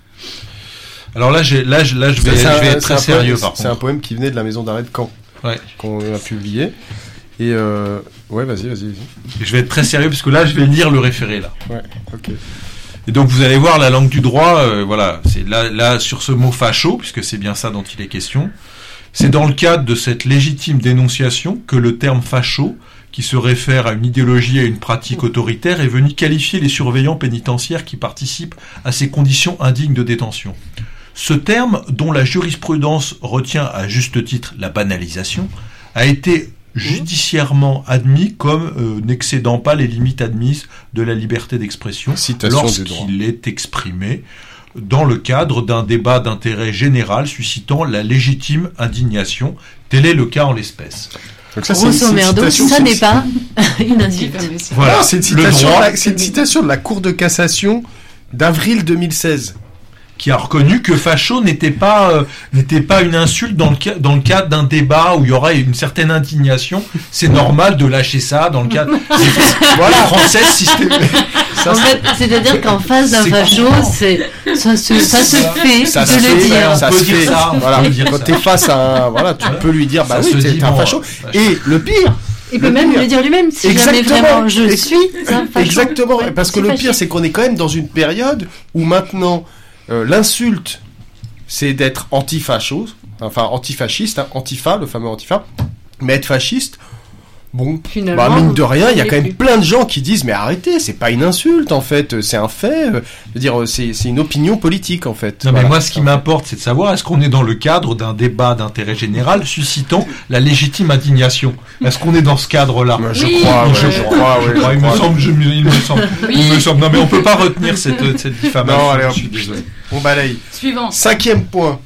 Alors là, j'ai, là, je- là, je vais, C'est un- je vais être c'est un très sérieux poème- par C'est un contre. poème qui venait de la maison d'arrêt de Caen, Ouais. qu'on a publié. Et euh... ouais, vas-y, vas-y, vas-y. Je vais être très sérieux parce que là, je vais lire le référé là. Ouais, ok. Et donc vous allez voir la langue du droit, euh, voilà, c'est là, là sur ce mot facho, puisque c'est bien ça dont il est question. C'est dans le cadre de cette légitime dénonciation que le terme facho, qui se réfère à une idéologie et à une pratique autoritaire, est venu qualifier les surveillants pénitentiaires qui participent à ces conditions indignes de détention. Ce terme, dont la jurisprudence retient à juste titre la banalisation, a été judiciairement admis comme euh, n'excédant pas les limites admises de la liberté d'expression Citation du droit. lorsqu'il est exprimé dans le cadre d'un débat d'intérêt général suscitant la légitime indignation. Tel est le cas en l'espèce. Donc ça, c'est une- Grosso c'est une merdo, citation- ça c'est- n'est pas une insulte. Voilà, Non, c'est une le citation, droit de la- c'est une citation de la Cour de cassation d'avril deux mille seize. qui a reconnu que facho n'était pas euh, n'était pas une insulte dans le cas, dans le cadre d'un débat où il y aurait une certaine indignation. C'est normal de lâcher ça dans le cadre. Voilà, française système. Ça, En c'est- fait, c'est-à-dire qu'en face d'un c'est facho, courant. c'est ça se ça se fait ça de se le fait, dire. ça On peut se dire fait. ça, on Voilà. peut dire Quand ça. t'es face à un, voilà, tu peux lui dire, bah Ça oui, se t'es dit, un bon, facho. facho. Et le pire, Il peut même pire. le dire lui-même si jamais Exactement. vraiment je Ex- suis un facho. exactement, Ouais, parce que c'est le fasciste. pire, c'est qu'on est quand même dans une période où maintenant, euh, l'insulte, c'est d'être anti-facho, enfin antifasciste, hein, antifa, le fameux antifa, mais être fasciste, bon, Finalement, bah, mine de rien, il y a on quand l'est même plus. plein de gens qui disent, mais arrêtez, c'est pas une insulte en fait, c'est un fait, euh, je veux dire, c'est, c'est une opinion politique en fait. Non, mais Voilà. moi, ce qui m'importe, c'est de savoir est-ce qu'on est dans le cadre d'un débat d'intérêt général suscitant la légitime indignation. Est-ce qu'on est dans ce cadre-là? Moi, je Oui. crois, ouais, Je je crois. crois, ouais, Je je crois, il me crois. semble, je, il me semble, il me semble. Non, mais on peut pas retenir cette, cette diffamation. Non, allez, hop. je suis désolé. On balaye. Suivant. Cinquième point.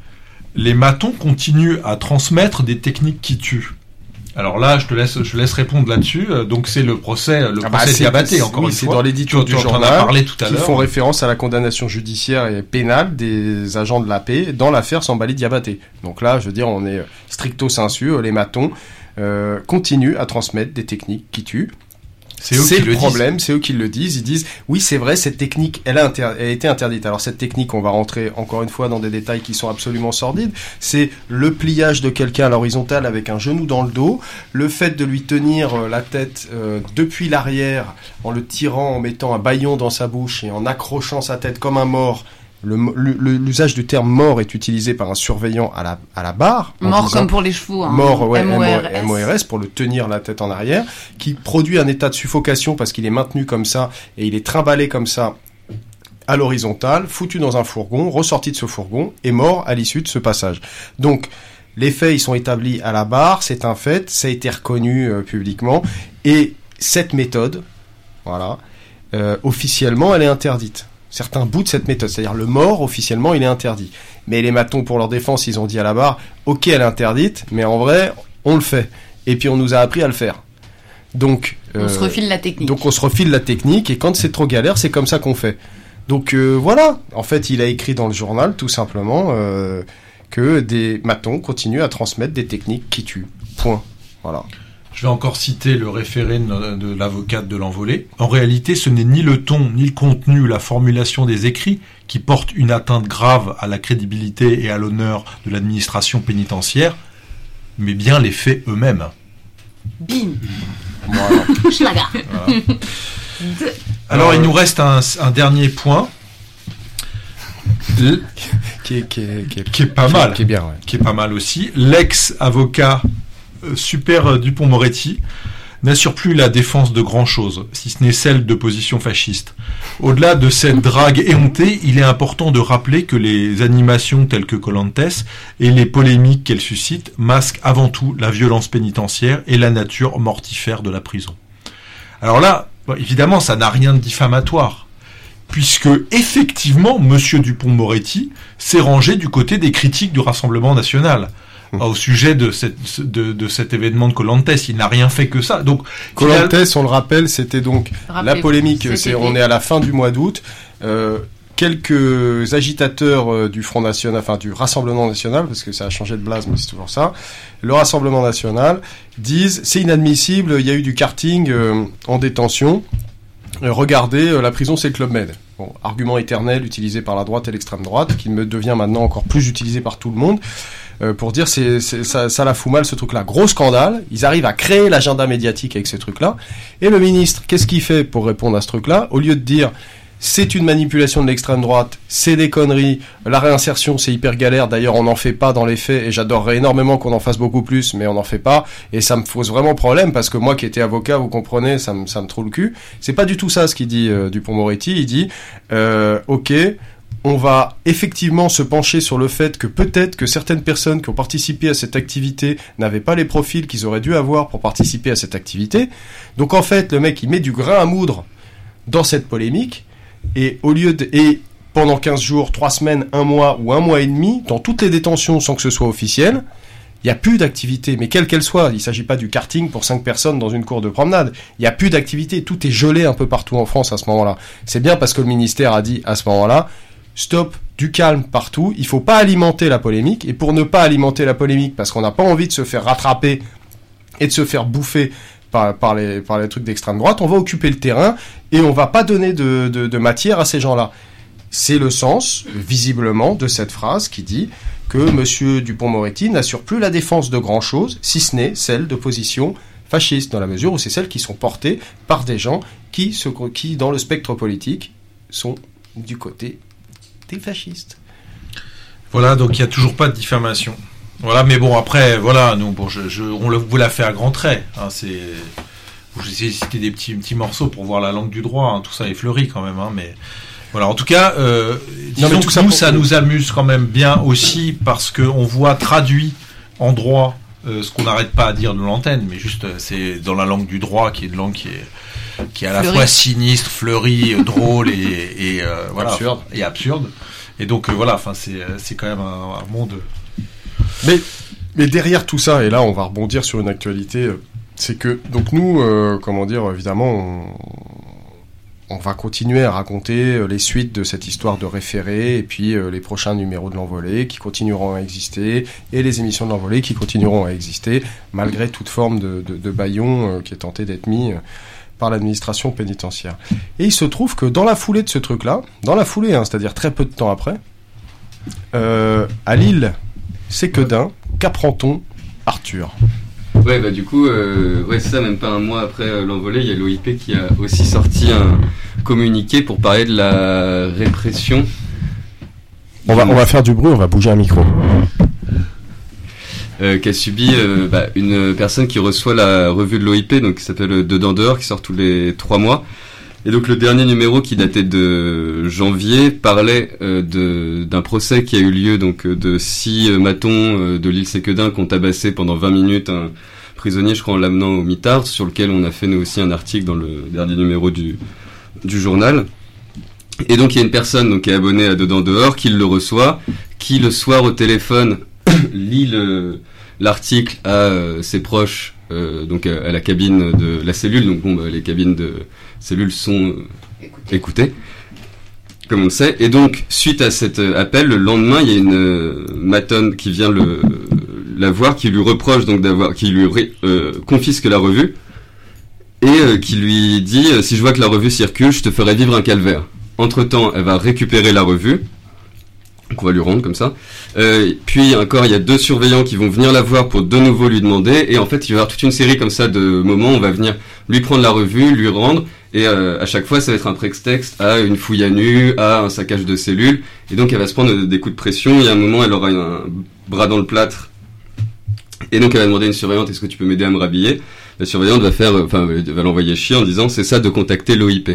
Les matons continuent à transmettre des techniques qui tuent. Alors là, je te laisse, je laisse répondre là-dessus. Euh, Donc c'est le procès, le Ah bah, procès c'est- Diabaté, encore oui, une c'est fois. dans l'édito Tu- du tu en as journal parlé tout à qui l'heure. font référence à la condamnation judiciaire et pénale des agents de la paix dans l'affaire Sambali Diabaté. Donc là, je veux dire, on est stricto sensu, les matons euh, continuent à transmettre des techniques qui tuent. C'est eux qui le le problème, c'est eux qui le disent. Ils disent, oui, c'est vrai, cette technique, elle a, inter- elle a été interdite. Alors cette technique, on va rentrer encore une fois dans des détails qui sont absolument sordides. C'est le pliage de quelqu'un à l'horizontale avec un genou dans le dos, le fait de lui tenir euh, la tête euh, depuis l'arrière en le tirant, en mettant un bâillon dans sa bouche et en accrochant sa tête comme un mort. Le, le- le- l'usage du terme mort est utilisé par un surveillant à la, à la barre. en Mort disant- comme pour les chevaux. Hein. Mort, ouais, M O R S. M O R S, pour le tenir la tête en arrière, qui produit un état de suffocation parce qu'il est maintenu comme ça et il est trimballé comme ça à l'horizontale, foutu dans un fourgon, ressorti de ce fourgon et mort à l'issue de ce passage. Donc, les faits, ils sont établis à la barre, c'est un fait, ça a été reconnu euh, publiquement et cette méthode, voilà, euh, officiellement, elle est interdite. Certains bouts de cette méthode, c'est-à-dire le mort, officiellement, il est interdit. Mais les matons, pour leur défense, ils ont dit à la barre, ok, elle est interdite, mais en vrai, on le fait. Et puis on nous a appris à le faire. Donc, On euh, se refile la technique. donc on se refile la technique, et quand c'est trop galère, c'est comme ça qu'on fait. Donc euh, voilà, en fait, il a écrit dans le journal, tout simplement, euh, que des matons continuent à transmettre des techniques qui tuent. Point. Voilà. Je vais encore citer le référé de, de l'avocate de l'envolée. En réalité, ce n'est ni le ton, ni le contenu ou la formulation des écrits qui portent une atteinte grave à la crédibilité et à l'honneur de l'administration pénitentiaire, mais bien les faits eux-mêmes. Bim. Voilà. Schlager. Voilà. Alors, euh, il nous reste un, un dernier point. Le... Qui, est, qui, est, qui, est, qui est pas qui mal. Est, qui est bien, ouais. Qui est pas mal aussi. L'ex-avocat euh, Super Dupond-Moretti n'assure plus la défense de grand-chose, si ce n'est celle de position fasciste. Au-delà de cette drague éhontée, il est important de rappeler que les animations telles que Colantes et les polémiques qu'elles suscitent masquent avant tout la violence pénitentiaire et la nature mortifère de la prison. Alors là, bon, évidemment, ça n'a rien de diffamatoire, puisque effectivement, Monsieur Dupond-Moretti s'est rangé du côté des critiques du Rassemblement national. Au sujet de, cette, de, de cet événement de Colantes, il n'a rien fait que ça. Donc, Colantes, final... on le rappelle, c'était donc Rappelez la polémique. C'est, on est à la fin du mois d'août. Euh, quelques agitateurs euh, du Front National, enfin du Rassemblement National, parce que ça a changé de blase, mais c'est toujours ça. Le Rassemblement National disent c'est inadmissible. Il y a eu du karting euh, en détention. Euh, regardez, euh, la prison c'est le Club Med. Bon, argument éternel utilisé par la droite et l'extrême droite, qui me devient maintenant encore plus utilisé par tout le monde. Euh, pour dire c'est, c'est ça, ça la fout mal ce truc-là. Gros scandale, ils arrivent à créer l'agenda médiatique avec ce truc-là. Et le ministre, qu'est-ce qu'il fait pour répondre à ce truc-là ? Au lieu de dire c'est une manipulation de l'extrême droite, c'est des conneries, la réinsertion c'est hyper galère, d'ailleurs on n'en fait pas dans les faits, et j'adorerais énormément qu'on en fasse beaucoup plus, mais on n'en fait pas, et ça me pose vraiment problème, parce que moi qui étais avocat, vous comprenez, ça me, ça me trouve le cul. C'est pas du tout ça ce qu'il dit euh, Dupond-Moretti, il dit euh, ok, on va effectivement se pencher sur le fait que peut-être que certaines personnes qui ont participé à cette activité n'avaient pas les profils qu'ils auraient dû avoir pour participer à cette activité. Donc en fait, le mec, il met du grain à moudre dans cette polémique, et au lieu de... Et pendant quinze jours, trois semaines, un mois ou un mois et demi, dans toutes les détentions sans que ce soit officiel, il n'y a plus d'activité, mais quelle qu'elle soit. Il ne s'agit pas du karting pour cinq personnes dans une cour de promenade. Il n'y a plus d'activité, tout est gelé un peu partout en France à ce moment-là. C'est bien parce que le ministère a dit à ce moment-là, stop, du calme partout, il faut pas alimenter la polémique, et pour ne pas alimenter la polémique, parce qu'on n'a pas envie de se faire rattraper et de se faire bouffer par, par, les, par les trucs d'extrême droite, on va occuper le terrain, et on va pas donner de, de, de matière à ces gens-là. C'est le sens, visiblement, de cette phrase qui dit que Monsieur Dupond-Moretti n'assure plus la défense de grand-chose, si ce n'est celle de position fasciste, dans la mesure où c'est celles qui sont portées par des gens qui, se, qui dans le spectre politique, sont du côté des fascistes. Voilà, donc il n'y a toujours pas de diffamation. Voilà, mais bon, après, voilà, nous, bon, je, je, on le, vous l'a fait à grands traits. Hein, c'est, j'ai essayé de citer des petits, petits morceaux pour voir la langue du droit. Hein, tout ça est fleuri quand même, hein, mais voilà. En tout cas, euh, disons non, mais tout que ça, nous, pour... ça nous amuse quand même bien aussi parce que on voit traduit en droit euh, ce qu'on n'arrête pas à dire de l'antenne, mais juste c'est dans la langue du droit qui est une langue qui est qui est à la fleurie. Fois sinistre, fleurie, drôle et, et euh, voilà, absurde. et absurde. Et donc euh, voilà, enfin c'est c'est quand même un, un monde. Mais mais derrière tout ça, et là on va rebondir sur une actualité, c'est que donc nous, euh, comment dire, évidemment, on, on va continuer à raconter les suites de cette histoire de référé, et puis euh, les prochains numéros de l'Envolée qui continueront à exister, et les émissions de l'Envolée qui continueront à exister malgré toute forme de de, de bâillon euh, qui est tenté d'être mis. Euh, par l'administration pénitentiaire. Et il se trouve que dans la foulée de ce truc-là, dans la foulée, hein, c'est-à-dire très peu de temps après, euh, à Lille, Séquedin, qu'apprend-on, Arthur ? Ouais, bah du coup, euh, ouais, c'est ça, même pas un mois après euh, l'Envolée, il y a l'O I P qui a aussi sorti un communiqué pour parler de la répression. On va, on va faire du bruit, on va bouger un micro. Euh, qu'a subi euh, bah, une personne qui reçoit la revue de l'O I P, donc qui s'appelle Dedans Dehors, qui sort tous les trois mois. Et donc le dernier numéro, qui datait de janvier, parlait euh, de, d'un procès qui a eu lieu donc de six matons euh, de l'île Séquedin qui ont tabassé pendant vingt minutes un prisonnier, je crois, en l'amenant au mitard, sur lequel on a fait nous aussi un article dans le dernier numéro du, du journal. Et donc il y a une personne donc, qui est abonnée à Dedans Dehors, qui le reçoit, qui le soir au téléphone lit le, l'article à euh, ses proches, euh, donc à, à la cabine de la cellule. Donc bon, bah, les cabines de cellule sont euh, écoutez. écoutées, comme on le sait. Et donc, suite à cet euh, appel, le lendemain, il y a une euh, matonne qui vient le, la voir, qui lui reproche donc d'avoir, qui lui euh, confisque la revue et euh, qui lui dit euh, si je vois que la revue circule, je te ferai vivre un calvaire. Entre-temps, elle va récupérer la revue. qu'on va lui rendre comme ça. Euh, puis encore, il y a deux surveillants qui vont venir la voir pour de nouveau lui demander. Et en fait, il va y avoir toute une série comme ça de moments où on va venir lui prendre la revue, lui rendre. Et euh, à chaque fois, ça va être un prétexte à une fouille à nu, à un saccage de cellules. Et donc, elle va se prendre des coups de pression. Il y a un moment, elle aura un bras dans le plâtre. Et donc, elle va demander à une surveillante, est-ce que tu peux m'aider à me rhabiller? La surveillante va faire, enfin, va l'envoyer chier en disant, c'est ça de contacter l'O I P.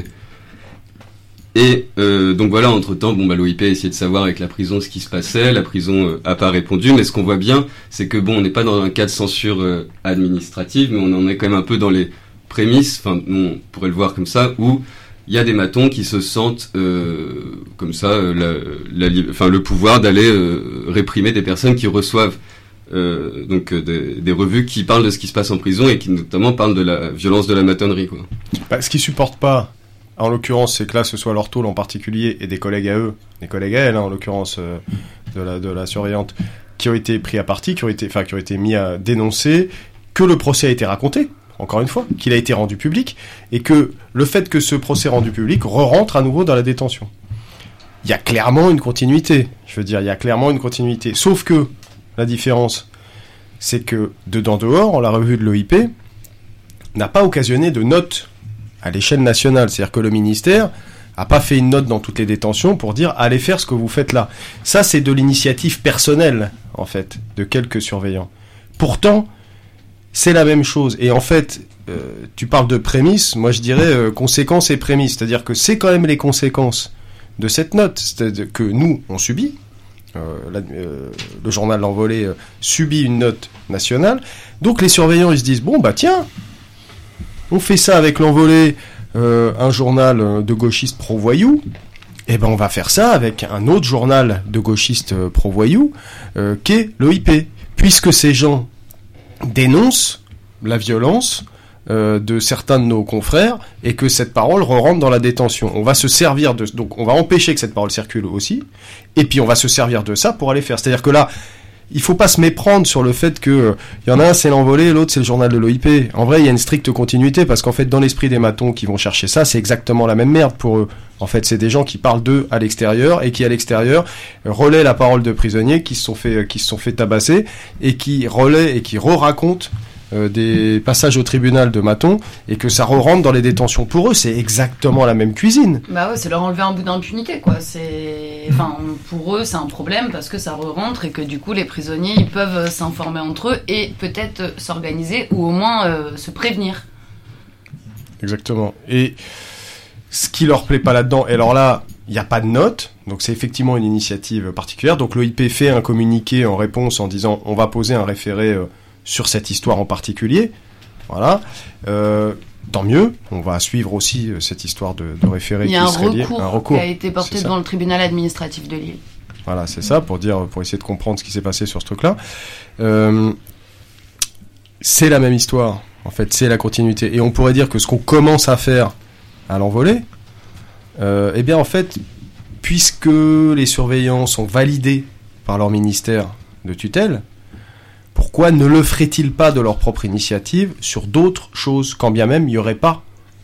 Et euh, donc voilà, entre-temps, bon, bah, l'O I P a essayé de savoir avec la prison ce qui se passait. La prison euh, a pas répondu, mais ce qu'on voit bien, c'est que bon, on n'est pas dans un cas de censure euh, administrative, mais on en est quand même un peu dans les prémices, enfin, on pourrait le voir comme ça, où il y a des matons qui se sentent euh, comme ça, euh, la, la, enfin, le pouvoir d'aller euh, réprimer des personnes qui reçoivent euh, donc euh, des, des revues qui parlent de ce qui se passe en prison et qui notamment parlent de la violence de la matonnerie, quoi. Bah, ce qu'ils supportent pas, en l'occurrence, c'est que là, ce soit leur tôle en particulier et des collègues à eux, des collègues à elle, hein, en l'occurrence euh, de la de la surveillante, qui ont été pris à partie, qui ont été, enfin, qui ont été mis à dénoncer, que le procès a été raconté. Encore une fois, qu'il a été rendu public, et que le fait que ce procès rendu public re-rentre à nouveau dans la détention. Il y a clairement une continuité. Je veux dire, il y a clairement une continuité. Sauf que, la différence, c'est que, dedans dehors, la revue de l'O I P n'a pas occasionné de note à l'échelle nationale. C'est-à-dire que le ministère a pas fait une note dans toutes les détentions pour dire « allez faire ce que vous faites là ». Ça, c'est de l'initiative personnelle, en fait, de quelques surveillants. Pourtant, c'est la même chose. Et en fait, euh, tu parles de prémices, moi je dirais euh, conséquences et prémices. C'est-à-dire que c'est quand même les conséquences de cette note c'est-à-dire que nous, on subit. Euh, la, euh, le journal L'Envolée euh, subit une note nationale. Donc les surveillants, ils se disent, bon bah tiens, on fait ça avec L'Envolée, euh, un journal de gauchistes pro-voyous. Eh ben on va faire ça avec un autre journal de gauchistes euh, pro-voyous, euh, qu'est l'O I P. Puisque ces gens dénonce la violence euh, de certains de nos confrères et que cette parole re-rentre dans la détention. On va se servir de... Donc on va empêcher que cette parole circule aussi, et puis on va se servir de ça pour aller faire. C'est-à-dire que là, il faut pas se méprendre sur le fait que euh, y en a un c'est L'Envolée, l'autre c'est le journal de l'O I P. En vrai, il y a une stricte continuité, parce qu'en fait, dans l'esprit des matons qui vont chercher ça, c'est exactement la même merde pour eux. En fait, c'est des gens qui parlent d'eux à l'extérieur et qui, à l'extérieur, relaient la parole de prisonniers qui se sont fait, qui se sont fait tabasser et qui relaient et qui re-racontent euh, des passages au tribunal de matons, et que ça re-rentre dans les détentions. Pour eux, c'est exactement la même cuisine. Bah ouais, c'est leur enlever un bout d'impunité, quoi. C'est, enfin, pour eux, c'est un problème parce que ça re-rentre et que du coup, les prisonniers, ils peuvent s'informer entre eux et peut-être s'organiser ou au moins euh, se prévenir. Exactement. Et ce qui leur plaît pas là-dedans, et alors là, il n'y a pas de note, donc c'est effectivement une initiative particulière. Donc l'O I P fait un communiqué en réponse en disant on va poser un référé euh, sur cette histoire en particulier. Voilà. Euh, tant mieux. On va suivre aussi euh, cette histoire de, de référé. Il y a qui un serait lié. recours, un recours qui a été porté devant le tribunal administratif de Lille. Voilà, c'est ça, pour dire, pour essayer de comprendre ce qui s'est passé sur ce truc-là. Euh, c'est la même histoire. En fait, c'est la continuité. Et on pourrait dire que ce qu'on commence à faire à L'Envolée, euh, eh bien, en fait, puisque les surveillants sont validés par leur ministère de tutelle, pourquoi ne le feraient-ils pas de leur propre initiative sur d'autres choses, quand bien même il n'y aurait pas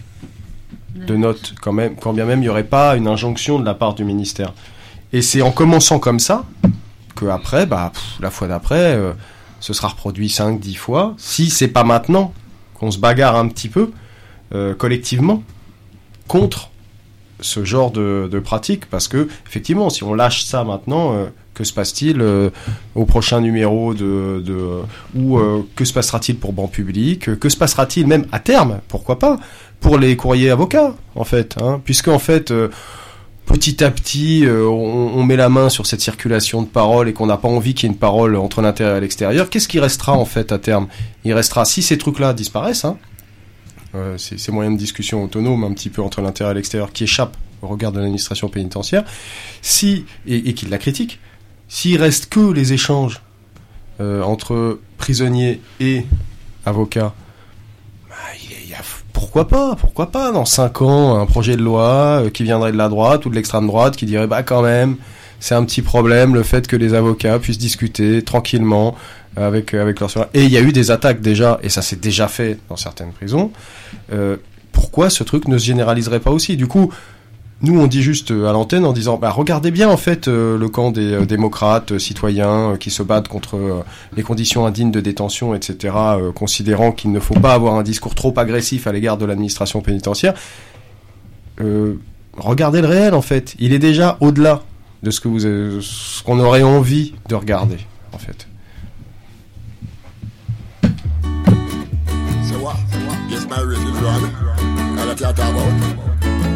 de notes, quand, même, quand bien même il n'y aurait pas une injonction de la part du ministère. Et c'est en commençant comme ça que après, bah, pff, la fois d'après, euh, ce sera reproduit cinq dix fois, si c'est pas maintenant qu'on se bagarre un petit peu euh, collectivement contre ce genre de, de pratique, parce que effectivement, si on lâche ça maintenant, euh, que se passe-t-il euh, au prochain numéro de, de ou euh, que se passera-t-il pour banc public, que se passera-t-il même à terme, pourquoi pas, pour les courriers avocats, en fait, hein, puisque en fait, euh, petit à petit, euh, on, on met la main sur cette circulation de parole et qu'on n'a pas envie qu'il y ait une parole entre l'intérieur et l'extérieur. Qu'est-ce qui restera en fait à terme ? Il restera, si ces trucs-là disparaissent, hein, euh, ces, ces moyens de discussion autonomes un petit peu entre l'intérieur et l'extérieur qui échappent au regard de l'administration pénitentiaire, si et, et qui la critique, s'il reste que les échanges euh, entre prisonniers et avocats, bah, il y a, pourquoi pas, pourquoi pas dans cinq ans un projet de loi euh, qui viendrait de la droite ou de l'extrême droite qui dirait bah quand même c'est un petit problème le fait que les avocats puissent discuter tranquillement avec avec leurs surveillants. Et il y a eu des attaques déjà, et ça s'est déjà fait dans certaines prisons. Euh, pourquoi ce truc ne se généraliserait pas aussi ? Du coup, nous, on dit juste à l'antenne en disant, bah, regardez bien en fait euh, le camp des euh, démocrates, euh, citoyens euh, qui se battent contre euh, les conditions indignes de détention, et cetera, euh, considérant qu'il ne faut pas avoir un discours trop agressif à l'égard de l'administration pénitentiaire. Euh, regardez le réel en fait. Il est déjà au-delà de ce que vous, euh, ce qu'on aurait envie de regarder en fait. So what? Yes, my ring is wrong. Now that you're talking about.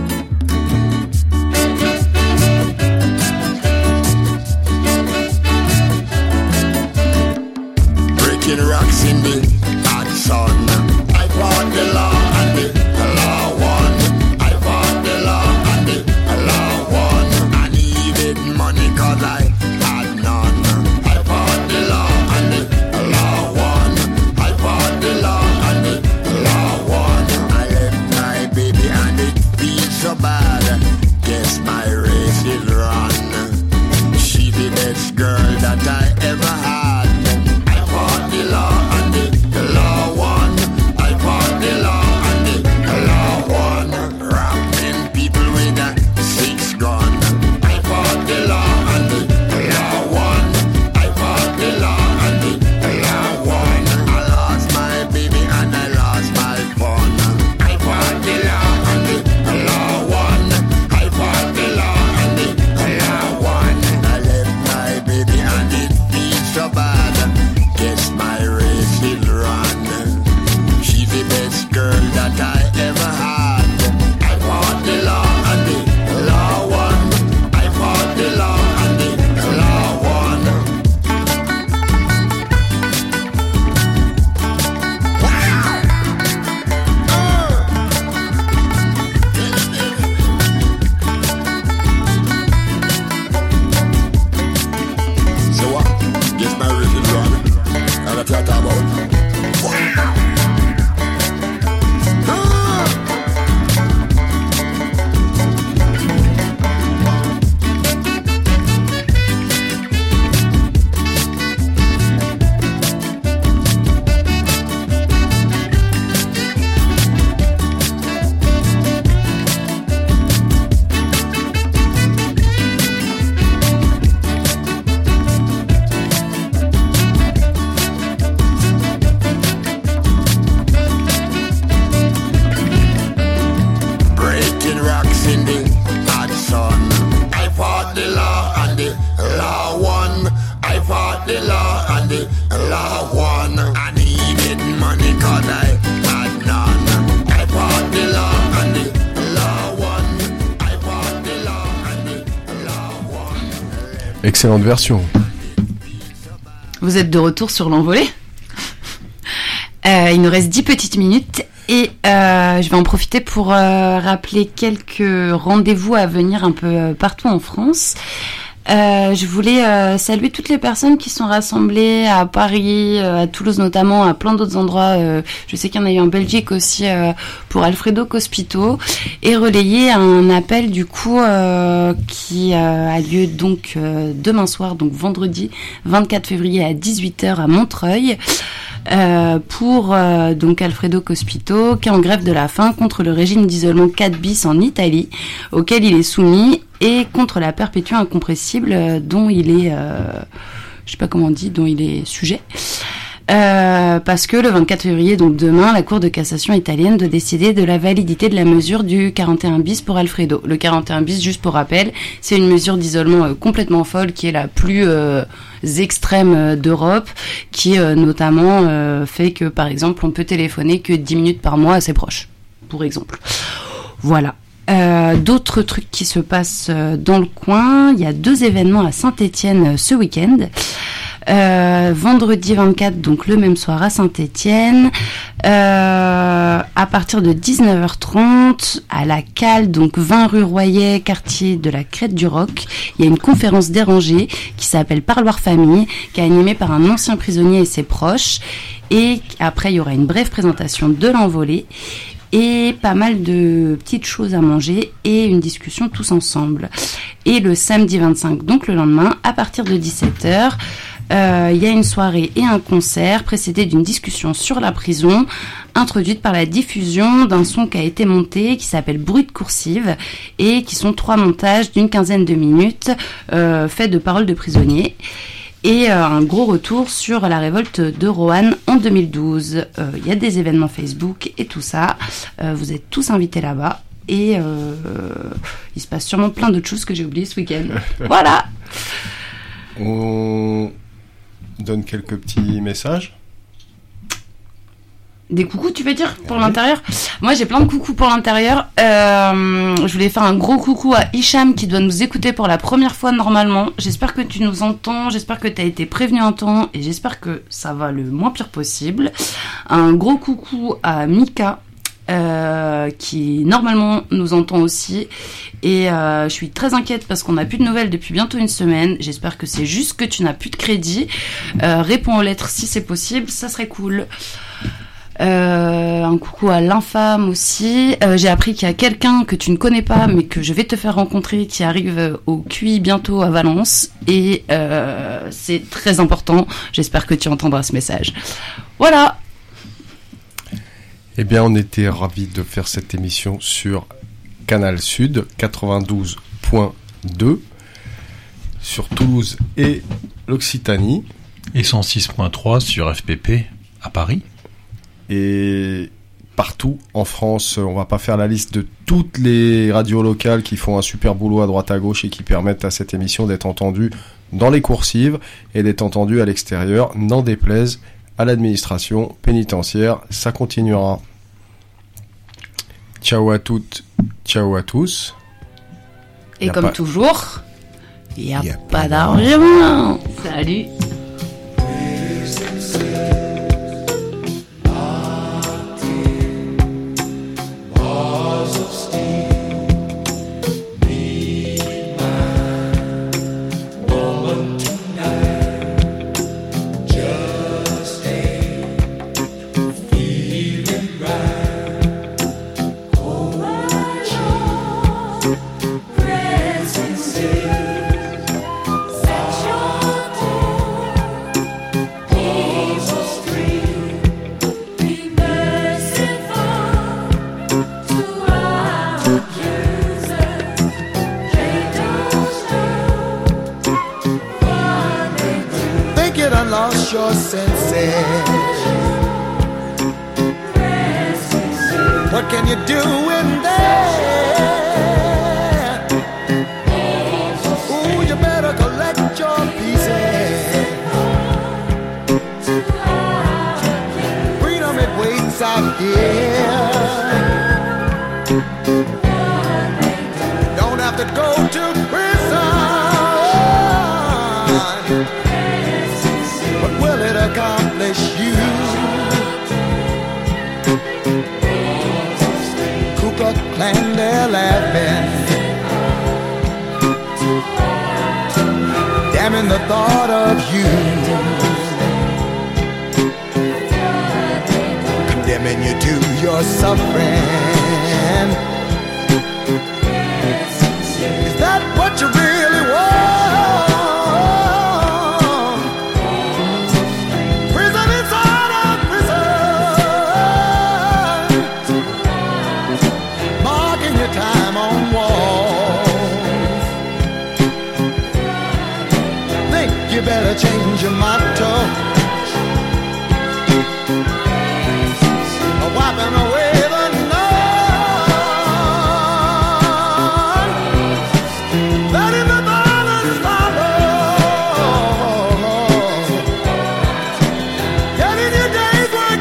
Breaking rocks in the hot sun. I fought the law and the law won. I fought the law and the law won. I needed money cause I had none. I fought the law and the law won. I fought the law and the law won. I left my baby and it feels so bad. Guess my race is run. She's the best girl that I ever had. The law and the, the law won. I fought the law and the, the law won. Rapping people with a six gun. I fought the law and the, the law won. I fought the law and the, the law won. I lost my baby and I lost my fun. I fought the law and the, the law won. I fought the law and the, the law won. I left my baby and it feels so bad. Guess my race is run. She's the best girl that I ever had. I fought the law and the law won. I fought the law and the law won. Wow! Uh. So what? Guess my race is run. Now that you're talking about. Wow! Ah! Breaking rocks in the hot sun. I fought the law and the law won. I fought the law and the law won. I needed money cause I had none. I fought the law and the law won. I fought the law and the law won. Excellente version. Vous êtes de retour sur l'envolée. euh, il nous reste dix petites minutes. Et euh, je vais en profiter pour euh, rappeler quelques rendez-vous à venir un peu euh, partout en France. Euh, je voulais euh, saluer toutes les personnes qui sont rassemblées à Paris, euh, à Toulouse notamment, à plein d'autres endroits. Euh, je sais qu'il y en a eu en Belgique aussi euh, pour Alfredo Cospito, et relayer un appel du coup euh, qui euh, a lieu donc euh, demain soir, donc vendredi vingt-quatre février à dix-huit heures à Montreuil. Euh, pour euh, donc Alfredo Cospito, qui est en grève de la faim contre le régime d'isolement quatre bis en Italie, auquel il est soumis, et contre la perpétuité incompressible euh, dont il est, euh, je sais pas comment on dit, dont il est sujet. Euh, parce que le vingt-quatre février, donc demain, la Cour de cassation italienne doit décider de la validité de la mesure du quarante et un bis pour Alfredo. Le quarante et un bis, juste pour rappel, c'est une mesure d'isolement euh, complètement folle, qui est la plus euh, extrême euh, d'Europe, qui euh, notamment euh, fait que, par exemple, on peut téléphoner que dix minutes par mois à ses proches, pour exemple. Voilà. Euh, d'autres trucs qui se passent euh, dans le coin, il y a deux événements à Saint-Étienne euh, ce week-end. Euh, vendredi vingt-quatre, donc le même soir à Saint-Étienne, euh, à partir de dix-neuf heures trente, à la Cale, donc vingt rue Royer, quartier de la Crête du Roc, il y a une conférence dérangée qui s'appelle Parloir Famille, qui est animée par un ancien prisonnier et ses proches, et après il y aura une brève présentation de l'envolée, et pas mal de petites choses à manger et une discussion tous ensemble. Et le samedi vingt-cinq, donc le lendemain, à partir de dix-sept heures, Euh, il y a une soirée et un concert précédé d'une discussion sur la prison, introduite par la diffusion d'un son qui a été monté, qui s'appelle Bruit de coursive, et qui sont trois montages d'une quinzaine de minutes, euh, faits de paroles de prisonniers. Et euh, un gros retour sur la révolte de Roanne en deux mille douze. Il euh, y a des événements Facebook et tout ça. Euh, vous êtes tous invités là-bas. Et euh, il se passe sûrement plein d'autres choses que j'ai oubliées ce week-end. Voilà. On donne quelques petits messages. Des coucous, tu veux dire, pour l'intérieur ? Moi, j'ai plein de coucous pour l'intérieur. Euh, je voulais faire un gros coucou à Hicham qui doit nous écouter pour la première fois normalement. J'espère que tu nous entends, j'espère que tu as été prévenu un temps et j'espère que ça va le moins pire possible. Un gros coucou à Mika euh, qui normalement nous entend aussi. Et euh, je suis très inquiète parce qu'on n'a plus de nouvelles depuis bientôt une semaine. J'espère que c'est juste que tu n'as plus de crédit. Euh, réponds aux lettres si c'est possible, ça serait cool. Euh, un coucou à l'infâme aussi. Euh, j'ai appris qu'il y a quelqu'un que tu ne connais pas mais que je vais te faire rencontrer qui arrive au Q I bientôt à Valence et euh, c'est très important. J'espère que tu entendras ce message. Voilà. Eh bien, on était ravis de faire cette émission sur Canal Sud quatre-vingt-douze point deux sur Toulouse et l'Occitanie et cent six point trois sur F P P à Paris. Et partout en France, on va pas faire la liste de toutes les radios locales qui font un super boulot à droite à gauche et qui permettent à cette émission d'être entendue dans les coursives et d'être entendue à l'extérieur, n'en déplaise à l'administration pénitentiaire. Ça continuera. Ciao à toutes, ciao à tous. Et comme pas... toujours, il n'y a, a pas, pas d'argent. Salut. Your senses. What can you do in there? Ooh, you better collect your pieces. Freedom, it waits out here. Don't have to go to prison. Accomplish you. Ku Klux Klan, they're laughing, damning the thought of you, condemning you to your suffering. Is that what you really want? Change your motto, wiping away the night, letting the violence follow, getting your day's work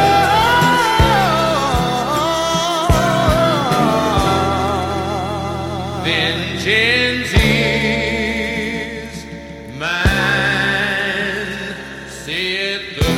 done. Vengeance is mine. Said the